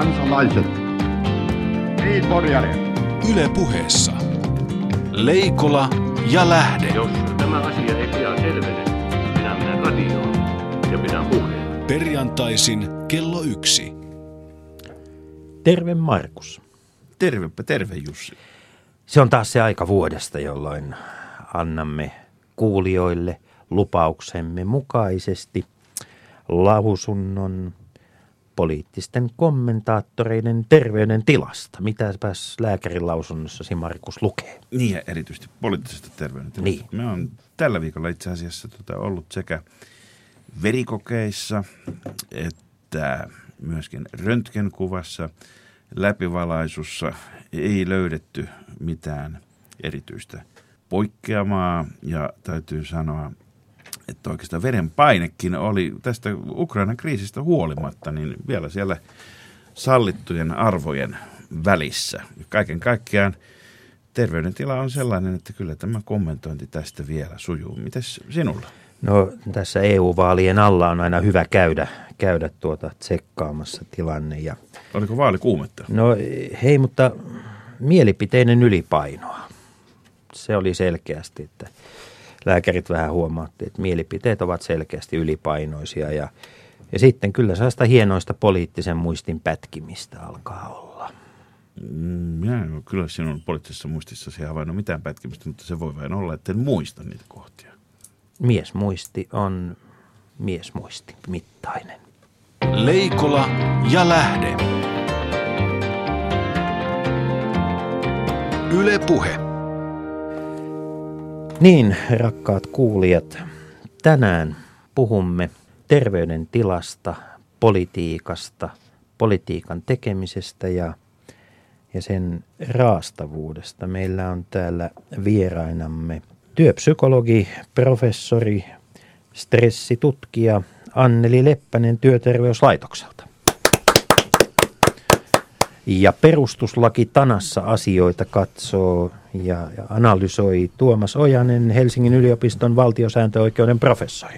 kansalaiset, Yle Puheessa. Leikola ja Lähde. Jos tämä asia ei pian selvene, minä menen radioon ja pidän puheen. Perjantaisin kello 1. Terve Markus. Tervepä terve Jussi. Se on taas se aika vuodesta, jolloin annamme kuulijoille lupauksemme mukaisesti lausunnon poliittisten kommentaattoreiden terveydentilasta. Mitäpäs lääkärin lausunnossasi Markus lukee? Niin ja erityisesti poliittisesta terveydentilasta. Niin. Me on tällä viikolla itse asiassa ollut sekä verikokeissa että myöskin röntgenkuvassa, läpivalaisussa ei löydetty mitään erityistä poikkeamaa ja täytyy sanoa, että oikeastaan verenpainekin oli tästä Ukrainan kriisistä huolimatta, niin vielä siellä sallittujen arvojen välissä. Kaiken kaikkiaan terveydentila on sellainen, että kyllä tämä kommentointi tästä vielä sujuu. Mites sinulla? No tässä EU-vaalien alla on aina hyvä käydä tsekkaamassa tilanne. Ja Oliko vaalikuumetta? no hei, mutta mielipiteinen ylipainoa. Se oli selkeästi, että lääkärit vähän huomaatti, että mielipiteet ovat selkeästi ylipainoisia ja sitten kyllä sellaista hienoista poliittisen muistin pätkimistä alkaa olla. Minä en ole kyllä sinun poliittisessa muistissasi havainnut mitään pätkimistä, mutta se voi vain olla, että en muista niitä kohtia. Miesmuisti on miesmuisti mittainen. Leikola ja Lähde. Yle Puhe. Niin, rakkaat kuulijat, tänään puhumme terveydentilasta, politiikasta, politiikan tekemisestä ja sen raastavuudesta. Meillä on täällä vierainamme työpsykologi, professori, stressitutkija Anneli Leppänen Työterveyslaitokselta. Ja perustuslaki Tanassa asioita katsoo ja analysoi Tuomas Ojanen, Helsingin yliopiston valtiosääntöoikeuden professori.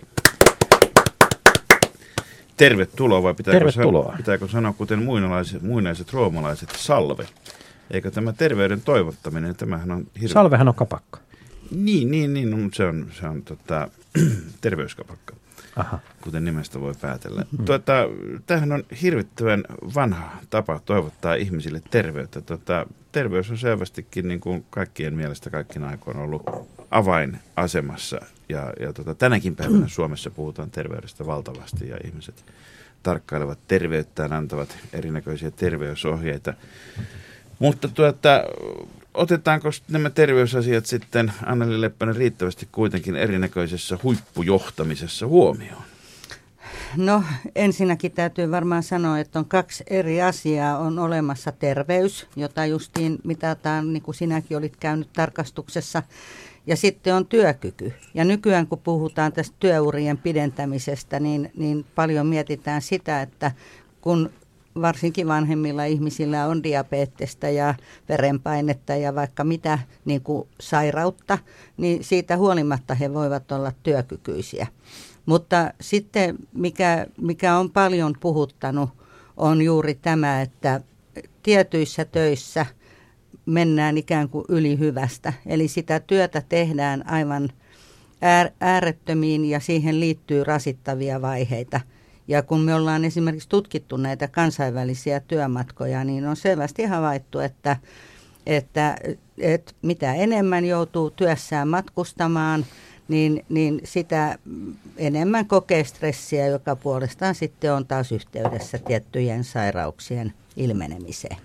Tervetuloa vai Tervetuloa. Pitääkö sanoa kuten muinaiset roomalaiset salve? Eikö tämä terveyden toivottaminen, tämähän on Salvehan on kapakka. Niin, no, mutta se on terveyskapakka. Aha. Kuten nimestä voi päätellä. Tämähän on hirvittävän vanha tapa toivottaa ihmisille terveyttä. Terveys on selvästikin niin kuin kaikkien mielestä kaikkien aikoina ollut avainasemassa. Ja tänäkin päivänä Suomessa puhutaan terveydestä valtavasti ja ihmiset tarkkailevat terveyttään, antavat erinäköisiä terveysohjeita. Mutta otetaanko nämä terveysasiat sitten, Anneli Leppänen, riittävästi kuitenkin erinäköisessä huippujohtamisessa huomioon? No ensinnäkin täytyy varmaan sanoa, että on kaksi eri asiaa. On olemassa terveys, jota justiin mitataan, niin kuin sinäkin olit käynyt tarkastuksessa. Ja sitten on työkyky. Ja nykyään kun puhutaan tästä työurien pidentämisestä, niin paljon mietitään sitä, että kun varsinkin vanhemmilla ihmisillä on diabetesta ja verenpainetta ja vaikka mitä niin kuin sairautta, niin siitä huolimatta he voivat olla työkykyisiä. Mutta sitten mikä on paljon puhuttanut on juuri tämä, että tietyissä töissä mennään ikään kuin ylihyvästä. Eli sitä työtä tehdään aivan äärettömiin ja siihen liittyy rasittavia vaiheita. Ja kun me ollaan esimerkiksi tutkittu näitä kansainvälisiä työmatkoja, niin on selvästi havaittu, että mitä enemmän joutuu työssään matkustamaan, niin sitä enemmän kokee stressiä, joka puolestaan sitten on taas yhteydessä tiettyjen sairauksien ilmenemiseen.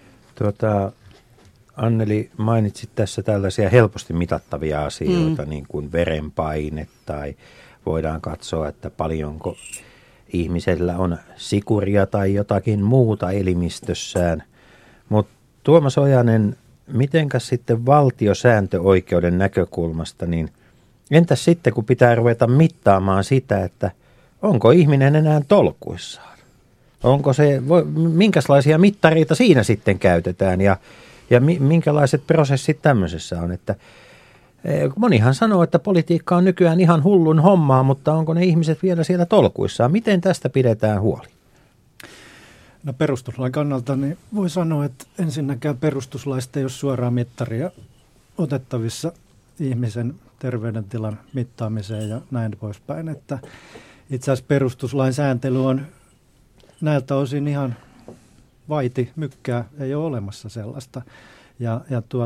Anneli, mainitsit tässä tällaisia helposti mitattavia asioita, niin kuin verenpaine tai voidaan katsoa, että paljonko ihmisellä on sikuria tai jotakin muuta elimistössään. Mutta Tuomas Ojanen, mitenkäs sitten valtiosääntöoikeuden näkökulmasta, niin entäs sitten kun pitää ruveta mittaamaan sitä, että onko ihminen enää tolkuissaan? Onko se, minkälaisia mittareita siinä sitten käytetään ja minkälaiset prosessit tämmöisessä on, että monihan sanoo, että politiikka on nykyään ihan hullun hommaa, mutta onko ne ihmiset vielä siellä tolkuissaan? Miten tästä pidetään huoli? No perustuslain kannalta niin voi sanoa, että ensinnäkään perustuslaista ei ole suoraa mittaria otettavissa ihmisen terveydentilan mittaamiseen ja näin poispäin. Että itse asiassa perustuslain sääntely on näiltä osin ihan vaiti, mykkää, ei ole olemassa sellaista. Ja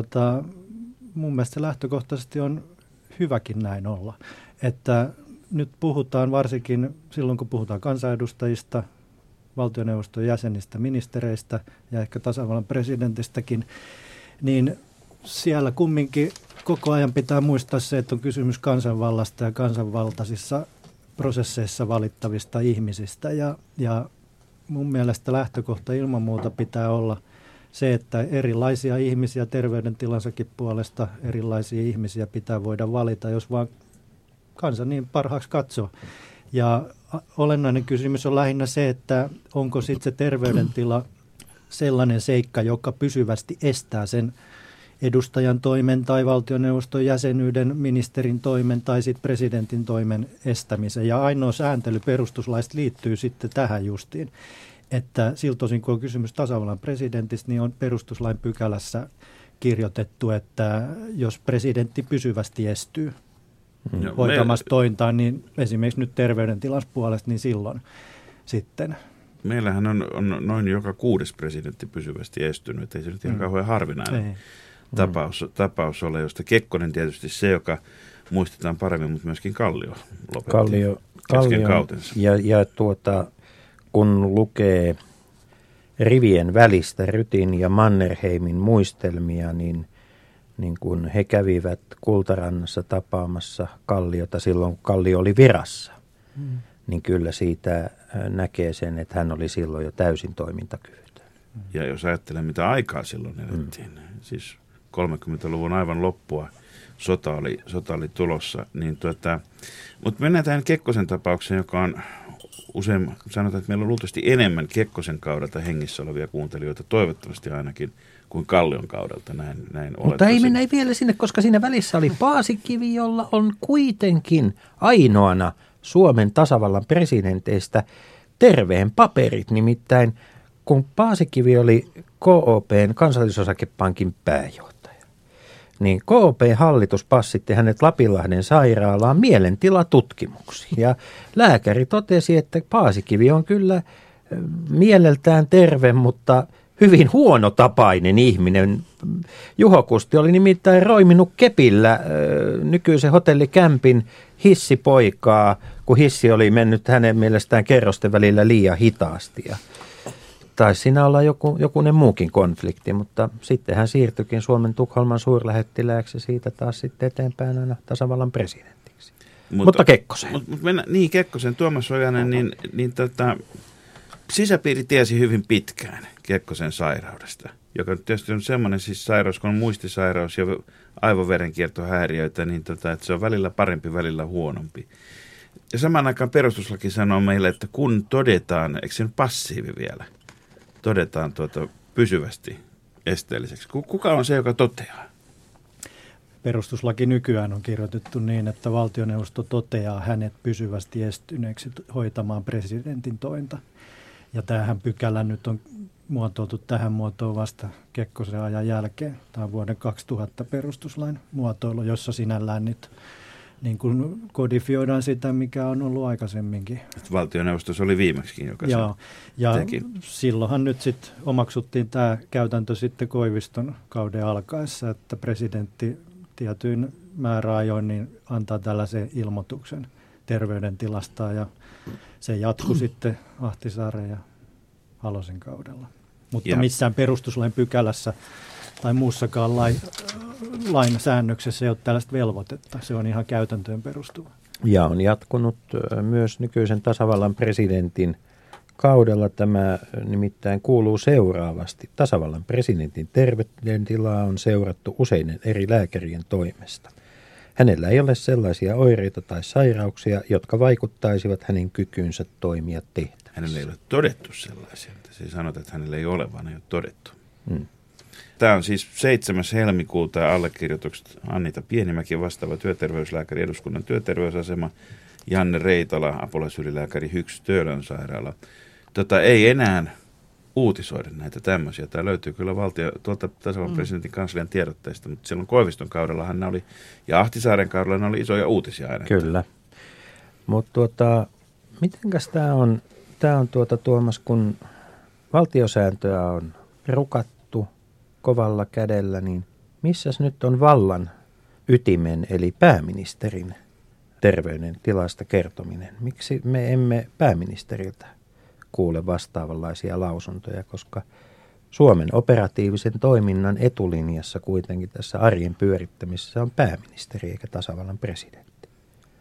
mun mielestä se lähtökohtaisesti on hyväkin näin olla. Että nyt puhutaan varsinkin silloin, kun puhutaan kansanedustajista, valtioneuvoston jäsenistä, ministereistä ja ehkä tasavallan presidentistäkin, niin siellä kumminkin koko ajan pitää muistaa se, että on kysymys kansanvallasta ja kansanvaltaisissa prosesseissa valittavista ihmisistä. Ja mun mielestä lähtökohta ilman muuta pitää olla se, että erilaisia ihmisiä terveydentilansakin puolesta, erilaisia ihmisiä pitää voida valita, jos vaan kansa niin parhaaksi katsoo. Ja olennainen kysymys on lähinnä se, että onko sitten se terveydentila sellainen seikka, joka pysyvästi estää sen edustajan toimen tai valtioneuvoston jäsenyyden, ministerin toimen tai sitten presidentin toimen estämisen. Ja ainoa sääntely perustuslaista liittyy sitten tähän justiin, että siltä osin kun on kysymys tasavallan presidentistä, niin on perustuslain pykälässä kirjoitettu, että jos presidentti pysyvästi estyy hoitamassa tointaan, niin esimerkiksi nyt terveydentilan puolesta, niin silloin sitten. Meillähän on noin joka 6. presidentti pysyvästi estynyt, ei se nyt ihan kauhean harvinainen tapaus ole, josta Kekkonen tietysti se, joka muistetaan paremmin, mutta myöskin Kallio lopetti kesken kautensa. Ja kun lukee rivien välistä Rytin ja Mannerheimin muistelmia, niin kun he kävivät Kultarannassa tapaamassa Kalliota silloin, kun Kallio oli virassa, niin kyllä siitä näkee sen, että hän oli silloin jo täysin toimintakyvytön. Ja jos ajattelee, mitä aikaa silloin elettiin, siis 30-luvun aivan loppua, sota oli tulossa, niin mutta mennään tähän Kekkosen tapaukseen, joka on usein, sanotaan, että meillä on luultavasti enemmän Kekkosen kaudelta hengissä olevia kuuntelijoita, toivottavasti ainakin, kuin Kallion kaudelta, näin mutta ei mennä vielä sinne, koska siinä välissä oli Paasikivi, jolla on kuitenkin ainoana Suomen tasavallan presidenteistä terveen paperit, nimittäin kun Paasikivi oli KOP:n kansallisosakepankin pääjohtaja, niin KOP-hallitus passitti hänet Lapinlahden sairaalaan mielentilatutkimuksiin. Ja lääkäri totesi, että Paasikivi on kyllä mieleltään terve, mutta hyvin huonotapainen ihminen. Juho Kusti oli nimittäin roiminut kepillä nykyisen hotellikämpin hissipoikaa, kun hissi oli mennyt hänen mielestään kerrosten välillä liian hitaasti. Ja taisi siinä olla jokunen muukin konflikti, mutta sitten hän siirtyikin Suomen Tukholman suurlähettilääksi ja siitä taas sitten eteenpäin aina tasavallan presidentiksi. Mutta Kekkosen. Niin, Kekkosen. Tuomas Ojanen, niin sisäpiiri tiesi hyvin pitkään Kekkosen sairaudesta, joka tietysti on semmoinen siis sairaus, kun on muistisairaus ja aivoverenkiertohäiriöitä, niin että se on välillä parempi, välillä huonompi. Ja samaan aikaan perustuslaki sanoo meille, että kun todetaan, eikö se nyt passiivi vielä, todetaan pysyvästi esteelliseksi. Kuka on se, joka toteaa? Perustuslaki nykyään on kirjoitettu niin, että valtioneuvosto toteaa hänet pysyvästi estyneeksi hoitamaan presidentin tointa. Ja tämähän pykälä nyt on muotoiltu tähän muotoon vasta Kekkosen ajan jälkeen. Tämä on vuoden 2000 perustuslain muotoilu, jossa sinällään nyt niin kuin kodifioidaan sitä, mikä on ollut aikaisemminkin. Valtioneuvostossa oli viimeksikin, joka ja teki. Silloinhan nyt sitten omaksuttiin tämä käytäntö sitten Koiviston kauden alkaessa, että presidentti tietyin määräajoin niin antaa tällaisen ilmoituksen terveydentilastaan ja se jatkui sitten Ahtisaaren ja Halosen kaudella. Mutta missään perustuslain pykälässä tai muussakaan lain säännöksessä ei ole tällaista velvoitetta. Se on ihan käytäntöön perustuva. Ja on jatkunut myös nykyisen tasavallan presidentin kaudella. Tämä nimittäin kuuluu seuraavasti. Tasavallan presidentin terveydentilaa on seurattu useiden eri lääkärien toimesta. Hänellä ei ole sellaisia oireita tai sairauksia, jotka vaikuttaisivat hänen kykyynsä toimia tehtävässä. Hänellä ei ole todettu sellaisia. Se ei sanota, että hänellä ei ole, vaan ei ole todettu. Tämä on siis 7. helmikuuta allekirjoitukset Annita Pienimäki, vastaava työterveyslääkäri, eduskunnan työterveysasema, Janne Reitala, apulaisylilääkäri HYKS Töölön sairaala. Ei enää uutisoida näitä tämmöisiä. Tämä löytyy kyllä tuolta tasavallan presidentin kanslian tiedotteista, mutta silloin Koiviston kaudellahan ne oli, ja Ahtisaaren kaudella ne oli isoja uutisia aina. Kyllä. Mutta mitenkäs tämä on Tuomas, kun valtiosääntöä on rukattu kovalla kädellä, niin missäs nyt on vallan ytimen eli pääministerin terveydentilasta kertominen? Miksi me emme pääministeriltä kuule vastaavanlaisia lausuntoja, koska Suomen operatiivisen toiminnan etulinjassa kuitenkin tässä arjen pyörittämisessä on pääministeri eikä tasavallan presidentti.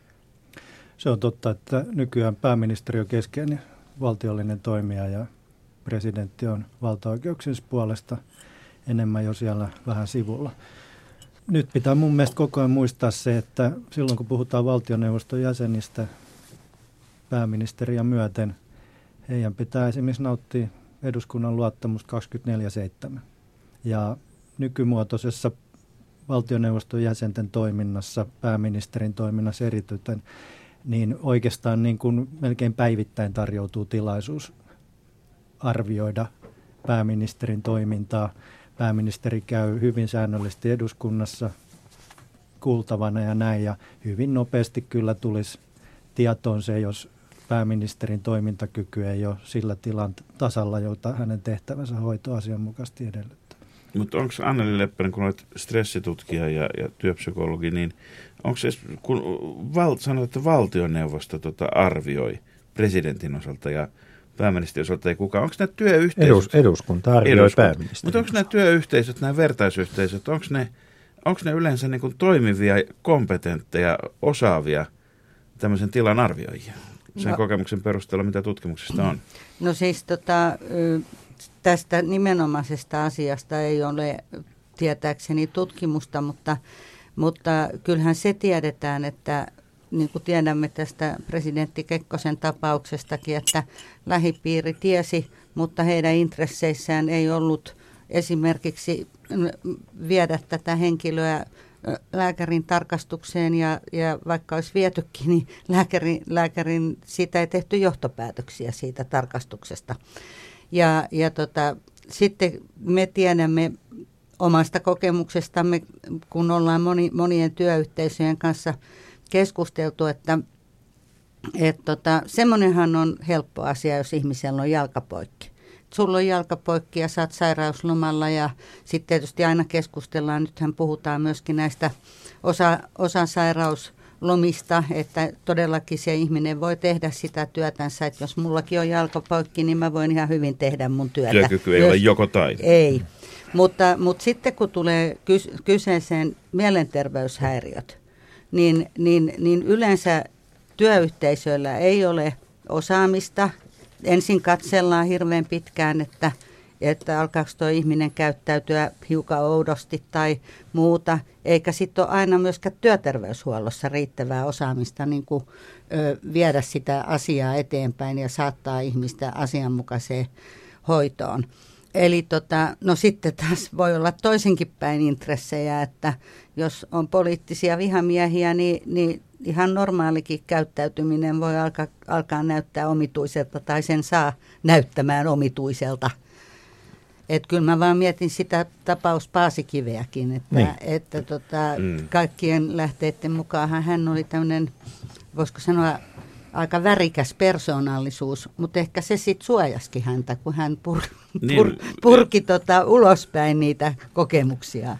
Se on totta, että nykyään pääministeri on keskeinen valtiollinen toimija ja presidentti on valtaoikeuksiensa puolesta enemmän jo siellä vähän sivulla. Nyt pitää mun mielestä koko ajan muistaa se, että silloin kun puhutaan valtioneuvoston jäsenistä pääministeriä myöten, heidän pitää esimerkiksi nauttia eduskunnan luottamusta 24/7. Ja nykymuotoisessa valtioneuvoston jäsenten toiminnassa, pääministerin toiminnassa erityisen, niin oikeastaan niin kuin melkein päivittäin tarjoutuu tilaisuus arvioida pääministerin toimintaa. Pääministeri käy hyvin säännöllisesti eduskunnassa kuultavana ja näin, ja hyvin nopeasti kyllä tulisi tietoon se, jos pääministerin toimintakyky ei ole sillä tilan tasalla, jota hänen tehtävänsä hoito asianmukaisesti edellyttää. Mutta onko Anneli Leppänen, kun olet stressitutkija ja työpsykologi, niin onko se, kun sanot, että valtioneuvosto arvioi presidentin osalta ja pääministerin osalta ei kukaan, onko nämä työyhteisöt? Eduskunta arvioi pääministerin. Mutta onko nämä työyhteisöt, nämä vertaisyhteisöt, onko ne yleensä niin kuin toimivia, kompetentteja, osaavia tämmöisen tilan arvioijia? Sen kokemuksen perusteella, mitä tutkimuksesta on. No siis tästä nimenomaisesta asiasta ei ole tietääkseni tutkimusta, mutta kyllähän se tiedetään, että niin kuin tiedämme tästä presidentti Kekkosen tapauksestakin, että lähipiiri tiesi, mutta heidän intresseissään ei ollut esimerkiksi viedä tätä henkilöä lääkärin tarkastukseen ja vaikka olisi vietykin, niin lääkärin siitä ei tehty johtopäätöksiä siitä tarkastuksesta. Ja sitten me tiedämme omasta kokemuksestamme, kun ollaan monien työyhteisöjen kanssa keskusteltu, että semmoinenhan on helppo asia, jos ihmisellä on jalkapoikki. Sulla on jalkapoikki ja sä oot sairauslomalla ja sitten tietysti aina keskustellaan, nythän puhutaan myöskin näistä osasairauslomista, että todellakin se ihminen voi tehdä sitä työtänsä, että jos mullakin on jalkapoikki, niin mä voin ihan hyvin tehdä mun työtä. Työkyky ei ole joko tai. Ei, mutta sitten kun tulee kyseeseen mielenterveyshäiriöt, niin yleensä työyhteisöillä ei ole osaamista. Ensin katsellaan hirveän pitkään, että alkaako tuo ihminen käyttäytyä hiukan oudosti tai muuta, eikä sitten ole aina myöskään työterveyshuollossa riittävää osaamista niin kuin, viedä sitä asiaa eteenpäin ja saattaa ihmistä asianmukaiseen hoitoon. Eli no sitten taas voi olla toisinkin päin intressejä, että jos on poliittisia vihamiehiä, niin ihan normaalikin käyttäytyminen voi alkaa näyttää omituiselta tai sen saa näyttämään omituiselta. Että kyllä mä vaan mietin sitä tapaus Paasikiveäkin, että kaikkien lähteiden mukaan hän oli tämmöinen, voisiko sanoa, aika värikäs persoonallisuus, mutta ehkä se sitten suojasikin häntä, kun hän purki ulospäin niitä kokemuksia.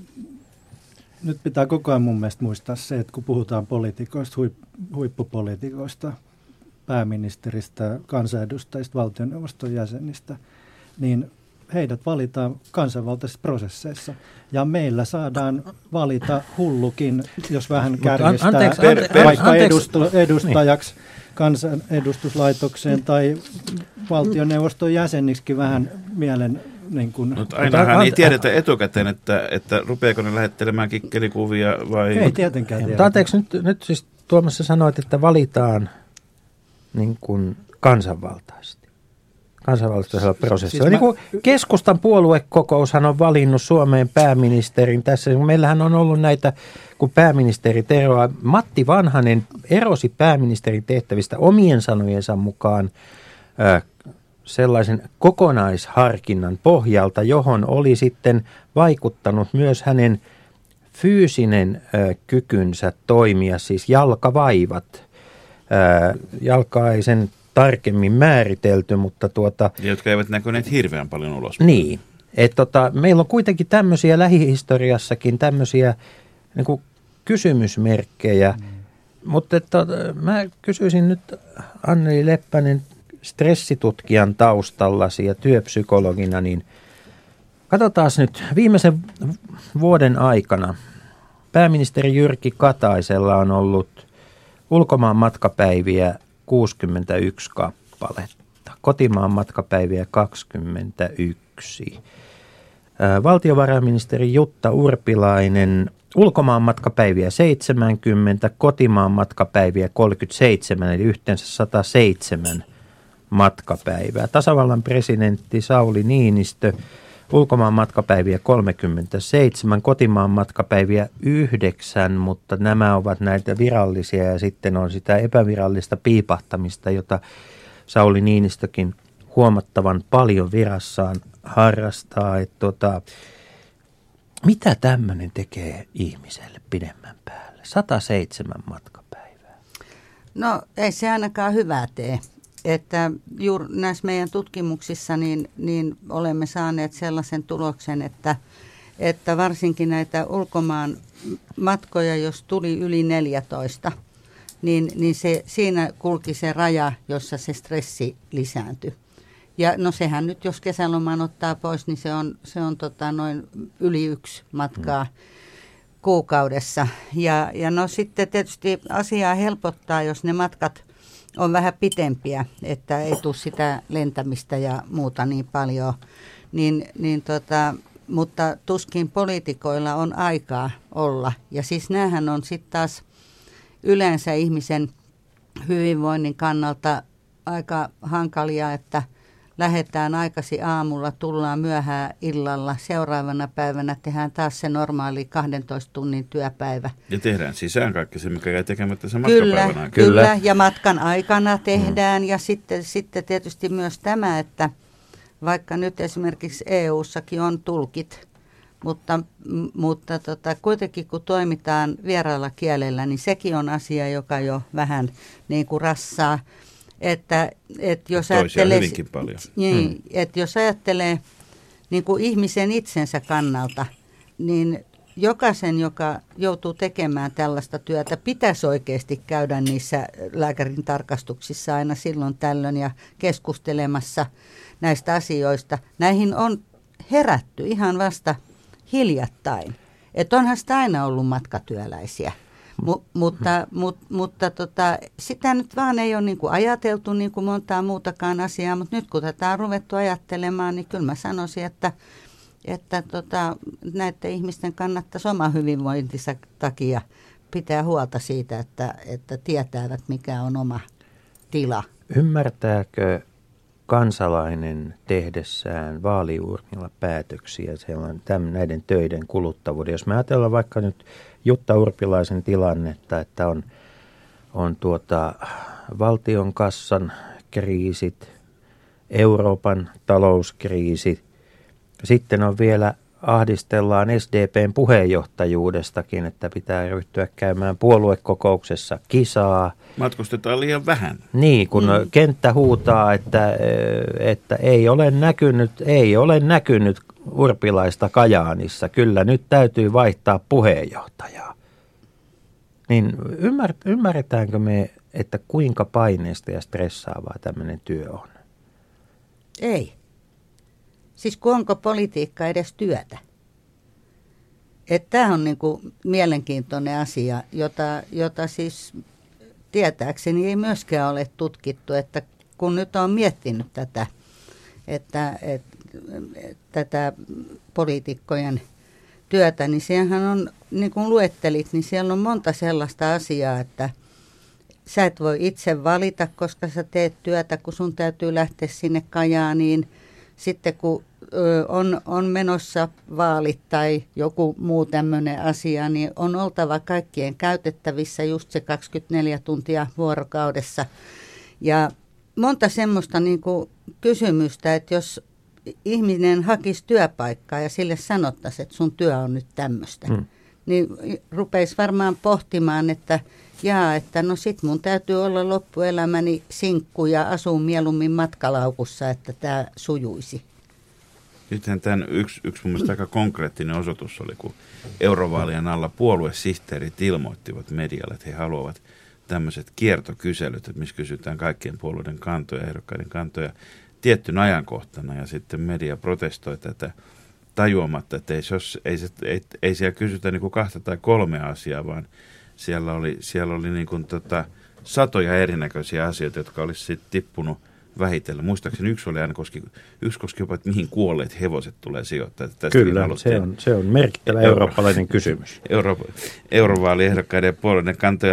Nyt pitää koko ajan mun mielestä muistaa se, että kun puhutaan poliitikoista, huippupoliitikoista, pääministeristä, kansanedustajista, valtioneuvoston jäsenistä, niin heidät valitaan kansanvaltaisissa prosesseissa. Ja meillä saadaan valita hullukin, jos vähän kärjistää, vaikka edustajaksi kansanedustuslaitokseen tai valtioneuvoston jäseniksi vähän mielen. Niin mutta ainahan ei tiedetä etukäteen, että rupeako ne lähettelemään kikkelikuvia vai... Ei tietenkään tiedetä. Anteeksi, nyt siis Tuomas sä sanoit, että valitaan niin kuin kansanvaltaisesti. Kansanvaltaisella prosessilla. Siis niin kuin keskustan puoluekokoushan on valinnut Suomeen pääministerin tässä. Meillähän on ollut näitä, kun pääministerit eroaa. Matti Vanhanen erosi pääministerin tehtävistä omien sanojensa mukaan sellaisen kokonaisharkinnan pohjalta, johon oli sitten vaikuttanut myös hänen fyysinen kykynsä toimia, siis jalkavaivat. Jalkaa ei sen tarkemmin määritelty, mutta jotka eivät näkyneet hirveän paljon ulos. Niin, että meillä on kuitenkin tämmöisiä lähihistoriassakin tämmöisiä niin kuin kysymysmerkkejä, mutta mä kysyisin nyt Anneli Leppänen stressitutkijan taustallasi ja työpsykologina, niin katsotaan nyt viimeisen vuoden aikana pääministeri Jyrki Kataisella on ollut ulkomaan matkapäiviä 61 kappaletta, kotimaan matkapäiviä 21. Valtiovarainministeri Jutta Urpilainen ulkomaan matkapäiviä 70, kotimaan matkapäiviä 37, eli yhteensä 107 matkapäivää. Tasavallan presidentti Sauli Niinistö ulkomaan matkapäiviä 37, kotimaan matkapäiviä 9, mutta nämä ovat näitä virallisia ja sitten on sitä epävirallista piipahtamista, jota Sauli Niinistökin huomattavan paljon virassaan harrastaa. Mitä tämmöinen tekee ihmiselle pidemmän päälle? 107 matkapäivää. No ei se ainakaan hyvää tee. Että juuri näissä meidän tutkimuksissa niin olemme saaneet sellaisen tuloksen, että varsinkin näitä ulkomaan matkoja, jos tuli yli 14, niin siinä kulki se raja, jossa se stressi lisääntyi. Ja no sehän nyt, jos kesäloman ottaa pois, niin se on noin yli 1 matkaa kuukaudessa. Ja no sitten tietysti asiaa helpottaa, jos ne matkat on vähän pitempiä, että ei tule sitä lentämistä ja muuta niin paljon, mutta tuskin poliitikoilla on aikaa olla. Ja siis näähän on sitten taas yleensä ihmisen hyvinvoinnin kannalta aika hankalia, että lähdetään aikaisin aamulla, tullaan myöhään illalla, seuraavana päivänä tehdään taas se normaali 12 tunnin työpäivä. Ja tehdään sisään kaikki se, mikä jäi tekemättä sen matkapäivänä. Kyllä, ja matkan aikana tehdään. Ja sitten tietysti myös tämä, että vaikka nyt esimerkiksi EU-sakin on tulkit, mutta kuitenkin kun toimitaan vieraalla kielellä, niin sekin on asia, joka jo vähän niin kuin rassaa. Että jos ajattelee, että jos ajattelee niin kuin ihmisen itsensä kannalta, niin jokaisen, joka joutuu tekemään tällaista työtä, pitäisi oikeasti käydä niissä lääkärin tarkastuksissa aina silloin tällöin ja keskustelemassa näistä asioista. Näihin on herätty ihan vasta hiljattain. Että onhan sitä aina ollut matkatyöläisiä. Mutta sitä nyt vaan ei ole niin kuin ajateltu niin kuin montaa muutakaan asiaa, mutta nyt kun tätä on ruvettu ajattelemaan, niin kyllä mä sanoisin, että näiden ihmisten kannattaisi oma hyvinvointinsa takia pitää huolta siitä, että tietävät mikä on oma tila. Ymmärtääkö kansalainen tehdessään vaaliurnilla päätöksiä näiden töiden kuluttavuuden? Jos me ajatellaan vaikka nyt Jutta Urpilaisen tilannetta, että on valtion kassan kriisit, Euroopan talouskriisi, sitten on vielä ahdistellaan SDPn puheenjohtajuudestakin, että pitää ryhtyä käymään puoluekokouksessa kisaa. Matkustetaan liian vähän. Niin, kun kenttä huutaa, että ei ole näkynyt Urpilaista Kajaanissa, kyllä nyt täytyy vaihtaa puheenjohtajaa. Niin ymmärretäänkö me, että kuinka paineista ja stressaavaa tämmöinen työ on? Ei. Siis onko politiikka edes työtä? Tämä on niinku mielenkiintoinen asia, jota siis tietääkseni ei myöskään ole tutkittu, että kun nyt on miettinyt tätä poliitikkojen työtä, niin siellähän on, niin kuin luettelit, niin siellä on monta sellaista asiaa, että sä et voi itse valita, koska sä teet työtä, kun sun täytyy lähteä sinne Kajaaniin. Sitten kun on menossa vaalit tai joku muu tämmöinen asia, niin on oltava kaikkien käytettävissä just se 24 tuntia vuorokaudessa. Ja monta semmoista niin kuin kysymystä, että jos ihminen hakisi työpaikkaa ja sille sanottaisiin, että sun työ on nyt tämmöistä, niin rupeisi varmaan pohtimaan, että no sit mun täytyy olla loppuelämäni sinkku ja asua mieluummin matkalaukussa, että tämä sujuisi. Nythän tämän yksi mun mielestä aika konkreettinen osoitus oli, kun eurovaalien alla puoluesihteerit ilmoittivat medialle, että he haluavat tämmöiset kiertokyselyt, että missä kysytään kaikkien puolueiden kantoja, ehdokkaiden kantoja tiettynä ajankohtana, ja sitten media protestoi tätä tajuamatta, että ei siellä kysytä niin kuin 2 tai 3 asiaa, vaan siellä oli niin kuin satoja erinäköisiä asioita, jotka olisi sitten tippunut vähitellen. Muistaakseni yksi koski jopa, että mihin kuolleet hevoset tulee sijoittaa. Kyllä, se on merkittävä eurooppalainen kysymys. Eurovaaliehdokkaiden ja puolueiden kantoja.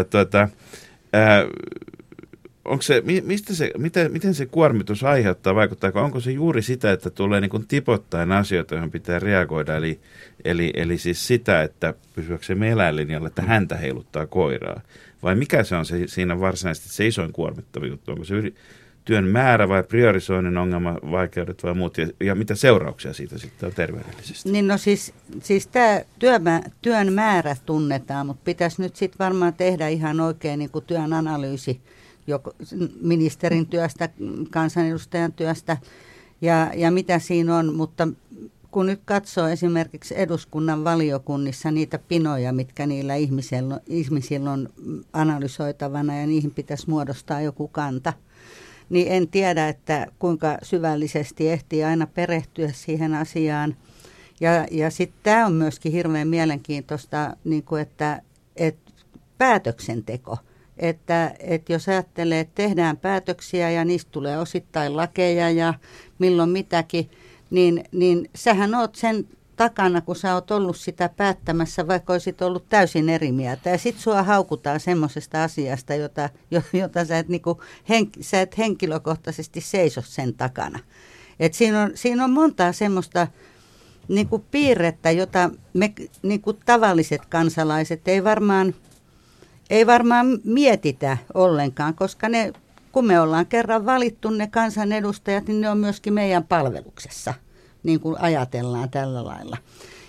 Onko se, miten se kuormitus aiheuttaa, vaikuttaako? Onko se juuri sitä, että tulee niin kuin tipottain asioita, joihin pitää reagoida, eli siis sitä, että pysyäksemme eläinlinjalla, että häntä heiluttaa koiraa? Vai mikä se on siinä varsinaisesti se isoin kuormittava juttu? Onko se työn määrä vai priorisoinnin ongelma, vaikeudet vai muut? Ja mitä seurauksia siitä sitten on terveydellisesti? Niin no siis tämä työn määrä tunnetaan, mutta pitäisi nyt sitten varmaan tehdä ihan oikein niin kuin työn analyysi joko ministerin työstä, kansanedustajan työstä ja mitä siinä on, mutta kun nyt katsoo esimerkiksi eduskunnan valiokunnissa niitä pinoja, mitkä niillä ihmisillä on analysoitavana ja niihin pitäisi muodostaa joku kanta, niin en tiedä, että kuinka syvällisesti ehtii aina perehtyä siihen asiaan. Ja sitten tämä on myöskin hirveän mielenkiintoista, niin kuin että päätöksenteko. Että jos ajattelee, että tehdään päätöksiä ja niistä tulee osittain lakeja ja milloin mitäkin, niin sähän oot sen takana, kun sä oot ollut sitä päättämässä, vaikka olisit ollut täysin eri mieltä. Ja sit sua haukutaan semmoisesta asiasta, jota sä et henkilökohtaisesti seiso sen takana. Et siinä on montaa semmoista niin kuin piirrettä, jota me niin kuin tavalliset kansalaiset ei varmaan mietitä ollenkaan, koska kun me ollaan kerran valittu ne kansanedustajat, niin ne on myöskin meidän palveluksessa, niin kuin ajatellaan tällä lailla.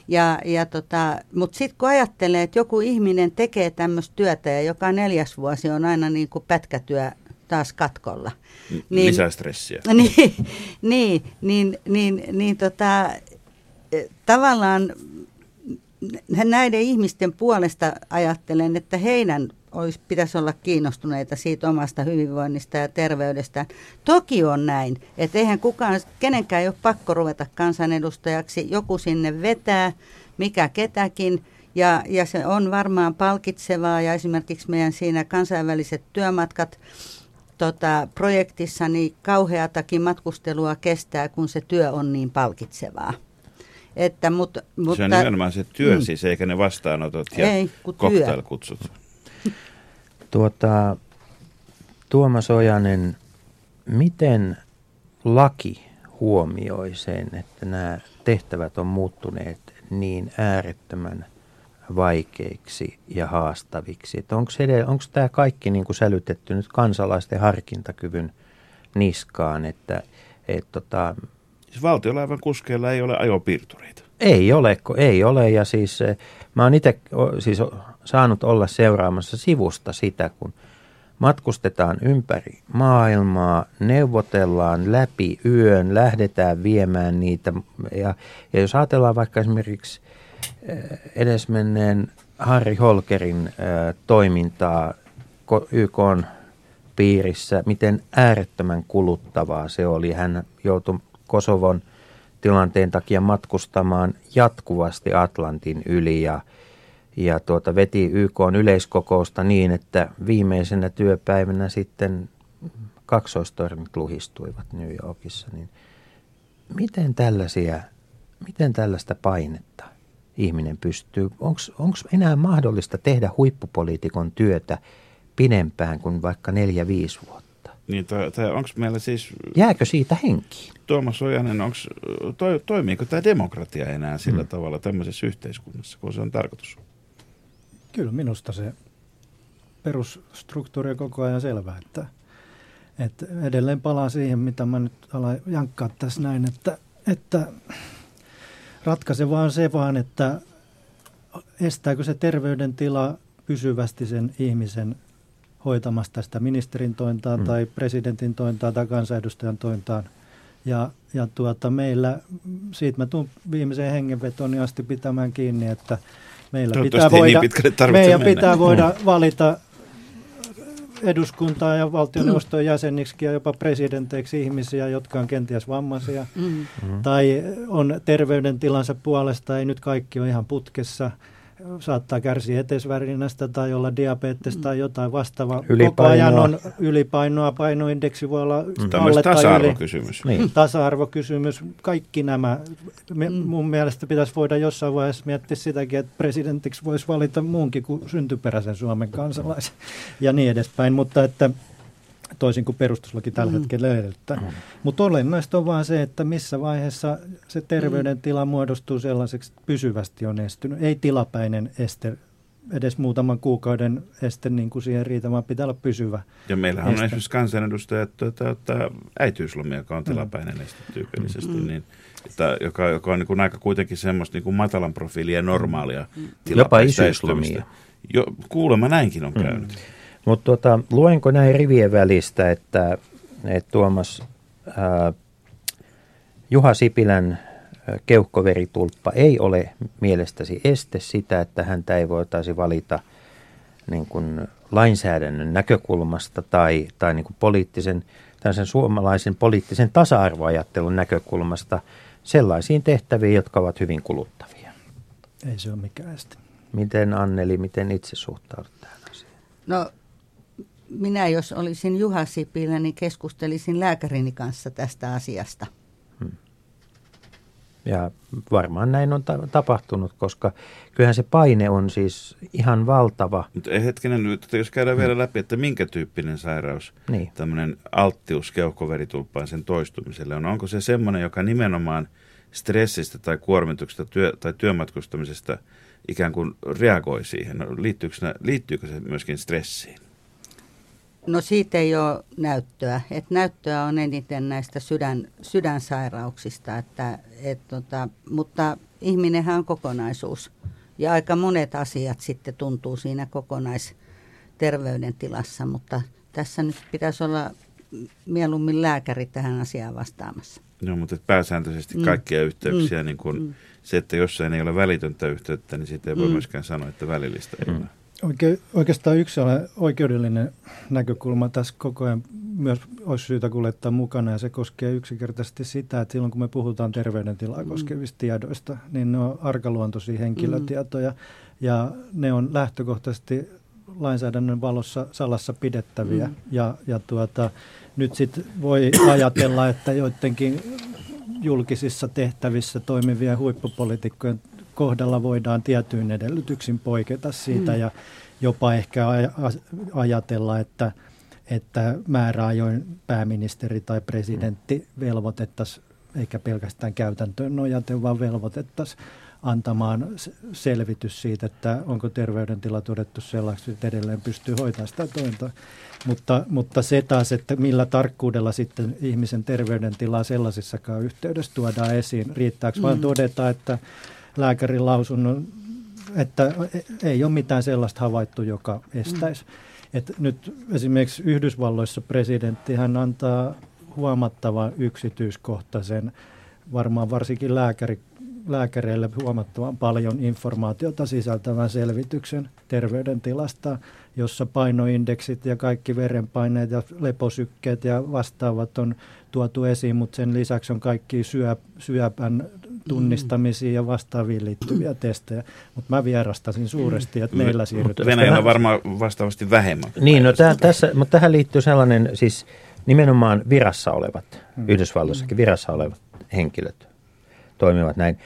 Mutta sitten kun ajattelee, että joku ihminen tekee tämmöistä työtä ja joka 4. vuosi on aina niin kuin pätkätyö taas katkolla. Lisää stressiä. Tavallaan näiden ihmisten puolesta ajattelen, että heidän pitäisi olla kiinnostuneita siitä omasta hyvinvoinnista ja terveydestä. Toki on näin, että eihän kenenkään ei ole pakko ruveta kansanedustajaksi. Joku sinne vetää, mikä ketäkin, ja se on varmaan palkitsevaa. Ja esimerkiksi meidän siinä kansainväliset työmatkat projektissa, niin kauheatakin matkustelua kestää, kun se työ on niin palkitsevaa. Mutta se on nimenomaan se työ siis, eikä ne vastaanotot ja cocktailkutsut. Tuomas Ojanen, miten laki huomioi sen, että nämä tehtävät on muuttuneet niin äärettömän vaikeiksi ja haastaviksi? Onko tämä kaikki niin kuin sälytetty nyt kansalaisten harkintakyvyn niskaan, että siis valtiolaivan kuskeilla ei ole ajopiirtureita. Ei ole, ja siis mä oon itse saanut olla seuraamassa sivusta sitä, kun matkustetaan ympäri maailmaa, neuvotellaan läpi yön, lähdetään viemään niitä, ja jos ajatellaan vaikka esimerkiksi edesmenneen Harri Holkerin toimintaa YK:n piirissä, miten äärettömän kuluttavaa se oli. Hän joutui Kosovon tilanteen takia matkustamaan jatkuvasti Atlantin yli ja veti YK:n yleiskokousta niin, että viimeisenä työpäivänä sitten kaksoistornit luhistuivat New Yorkissa. Niin miten tällaista painetta ihminen pystyy? Onko enää mahdollista tehdä huippupoliitikon työtä pidempään kuin vaikka 4-5 vuotta? Niin, onko meillä siis... Jääkö siitä henkiin? Tuomas Ojanen, toimiiko tämä demokratia enää sillä tavalla tämmöisessä yhteiskunnassa, kun se on tarkoitus? Kyllä minusta se perusstruktuuri on koko ajan selvä, Et edelleen palaan siihen, mitä mä nyt alan jankkaa tässä näin, että ratkaisevaa on se vaan, että estääkö se terveydentila pysyvästi sen ihmisen hoitamasta sitä ministerin tointaan tai presidentin tointaan tai kansanedustajan tointaan. Ja meillä, siitä mä tuun viimeiseen hengenvetoni asti pitämään kiinni, että meidän pitää voida valita eduskuntaa ja valtioneuvoston jäseniksi ja jopa presidenteiksi ihmisiä, jotka on kenties vammaisia tai on terveydentilansa puolesta, ei nyt kaikki ole ihan putkessa, saattaa kärsiä etesvärinnästä tai olla diabetes tai jotain vastaavaa. Koko ajan on ylipainoa, painoindeksi voi olla alle tai tasa-arvokysymys. Niin. Tasa-arvokysymys, kaikki nämä. Mun mielestä pitäisi voida jossain vaiheessa miettiä sitäkin, että presidentiksi voisi valita muunkin kuin syntyperäisen Suomen kansalaisen ja niin edespäin, mutta että toisin kuin perustuslaki tällä hetkellä edellyttää. Mutta olennaista on vaan se, että missä vaiheessa se terveydentila muodostuu sellaiseksi, että pysyvästi on estynyt. Ei tilapäinen este, edes muutaman kuukauden este, niin kuin siihen riitä, vaan pitää olla pysyvä. Ja meillähän on esimerkiksi kansanedustajat, ottaa äitiyslomia, joka on tilapäinen este tyypillisesti, niin, joka on niin kuin aika kuitenkin semmoista niin kuin matalan profiilia ja normaalia tilapäistä estymistä. Kuulemma näinkin on käynyt. Mutta luenko näin rivien välistä, että Tuomas, Juha Sipilän keuhkoveritulppa ei ole mielestäsi este sitä, että häntä ei voitaisi valita niin kuin lainsäädännön näkökulmasta tai niin kuin tällaisen suomalaisen poliittisen tasa-arvoajattelun näkökulmasta sellaisiin tehtäviin, jotka ovat hyvin kuluttavia. Ei se ole mikään este. Miten Anneli, miten itse suhtaudut tähän asiaan? No minä jos olisin Juha Sipilä, niin keskustelisin lääkärini kanssa tästä asiasta. Ja varmaan näin on tapahtunut, koska kyllähän se paine on siis ihan valtava. Mutta hetkinen nyt, jos käydään vielä läpi, että minkä tyyppinen sairaus, tämmöinen alttius keuhkoveritulppaan sen toistumiselle on. Onko se semmoinen, joka nimenomaan stressistä tai kuormituksesta tai työmatkustamisesta ikään kuin reagoi siihen? Liittyykö se myöskin stressiin? No siitä ei ole näyttöä. Näyttöä on eniten näistä sydänsairauksista, mutta ihminenhän on kokonaisuus. Ja aika monet asiat sitten tuntuu siinä kokonaisterveydentilassa, mutta tässä nyt pitäisi olla mieluummin lääkäri tähän asiaan vastaamassa. No, mutta pääsääntöisesti kaikkia yhteyksiä, niin kuin se, että jossain ei ole välitöntä yhteyttä, niin siitä ei voi myöskään sanoa, että välillistä ei ole. Oikeastaan yksi oikeudellinen näkökulma tässä koko ajan myös olisi syytä kuljettaa mukana, ja se koskee yksinkertaisesti sitä, että silloin kun me puhutaan terveydentilaa koskevista tiedoista, niin ne on arkaluontoisia henkilötietoja, ja ne on lähtökohtaisesti lainsäädännön valossa salassa pidettäviä, ja nyt sitten voi ajatella, että joidenkin julkisissa tehtävissä toimivien huippupoliitikkojen kohdalla voidaan tietyin edellytyksin poiketa siitä ja jopa ehkä ajatella, että määräajoin pääministeri tai presidentti velvoitettaisiin, eikä pelkästään käytäntöön nojaten, vaan velvoitettaisiin antamaan selvitys siitä, että onko terveydentila todettu sellaiseksi, että edelleen pystyy hoitamaan sitä tointa. Mutta se taas, että millä tarkkuudella sitten ihmisen terveydentilaa sellaisessakaan yhteydessä tuodaan esiin, riittääkö vaan todeta, että lääkärin lausunnon, että ei ole mitään sellaista havaittu, joka estäisi. Et nyt esimerkiksi Yhdysvalloissa presidentti hän antaa huomattavan yksityiskohtaisen, varmaan varsinkin lääkäreille huomattavan paljon informaatiota sisältävän selvityksen terveydentilasta, jossa painoindeksit ja kaikki verenpaineet ja leposykkeet ja vastaavat on tuotu esiin, mutta sen lisäksi on kaikki syöpän tunnistamisiin ja vastaaviin liittyviä testejä. Mutta mä vierastasin suuresti, että meillä siirrytään. Venäjällä on varmaan vastaavasti vähemmän. Niin, no mutta tähän liittyy sellainen, siis nimenomaan virassa olevat, Yhdysvalloissakin virassa olevat henkilöt toimivat näin.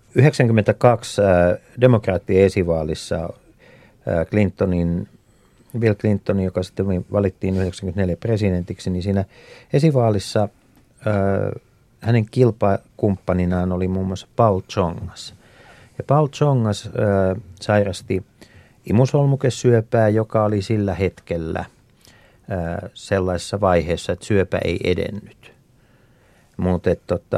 1992 demokraattien esivaalissa Bill Clinton, joka sitten valittiin 1994 presidentiksi, niin siinä esivaalissa hänen kilpakumppaninaan oli muun muassa Paul Tsongas. Ja Paul Tsongas sairasti imusolmukesyöpää, joka oli sillä hetkellä sellaisessa vaiheessa, että syöpä ei edennyt. Mutta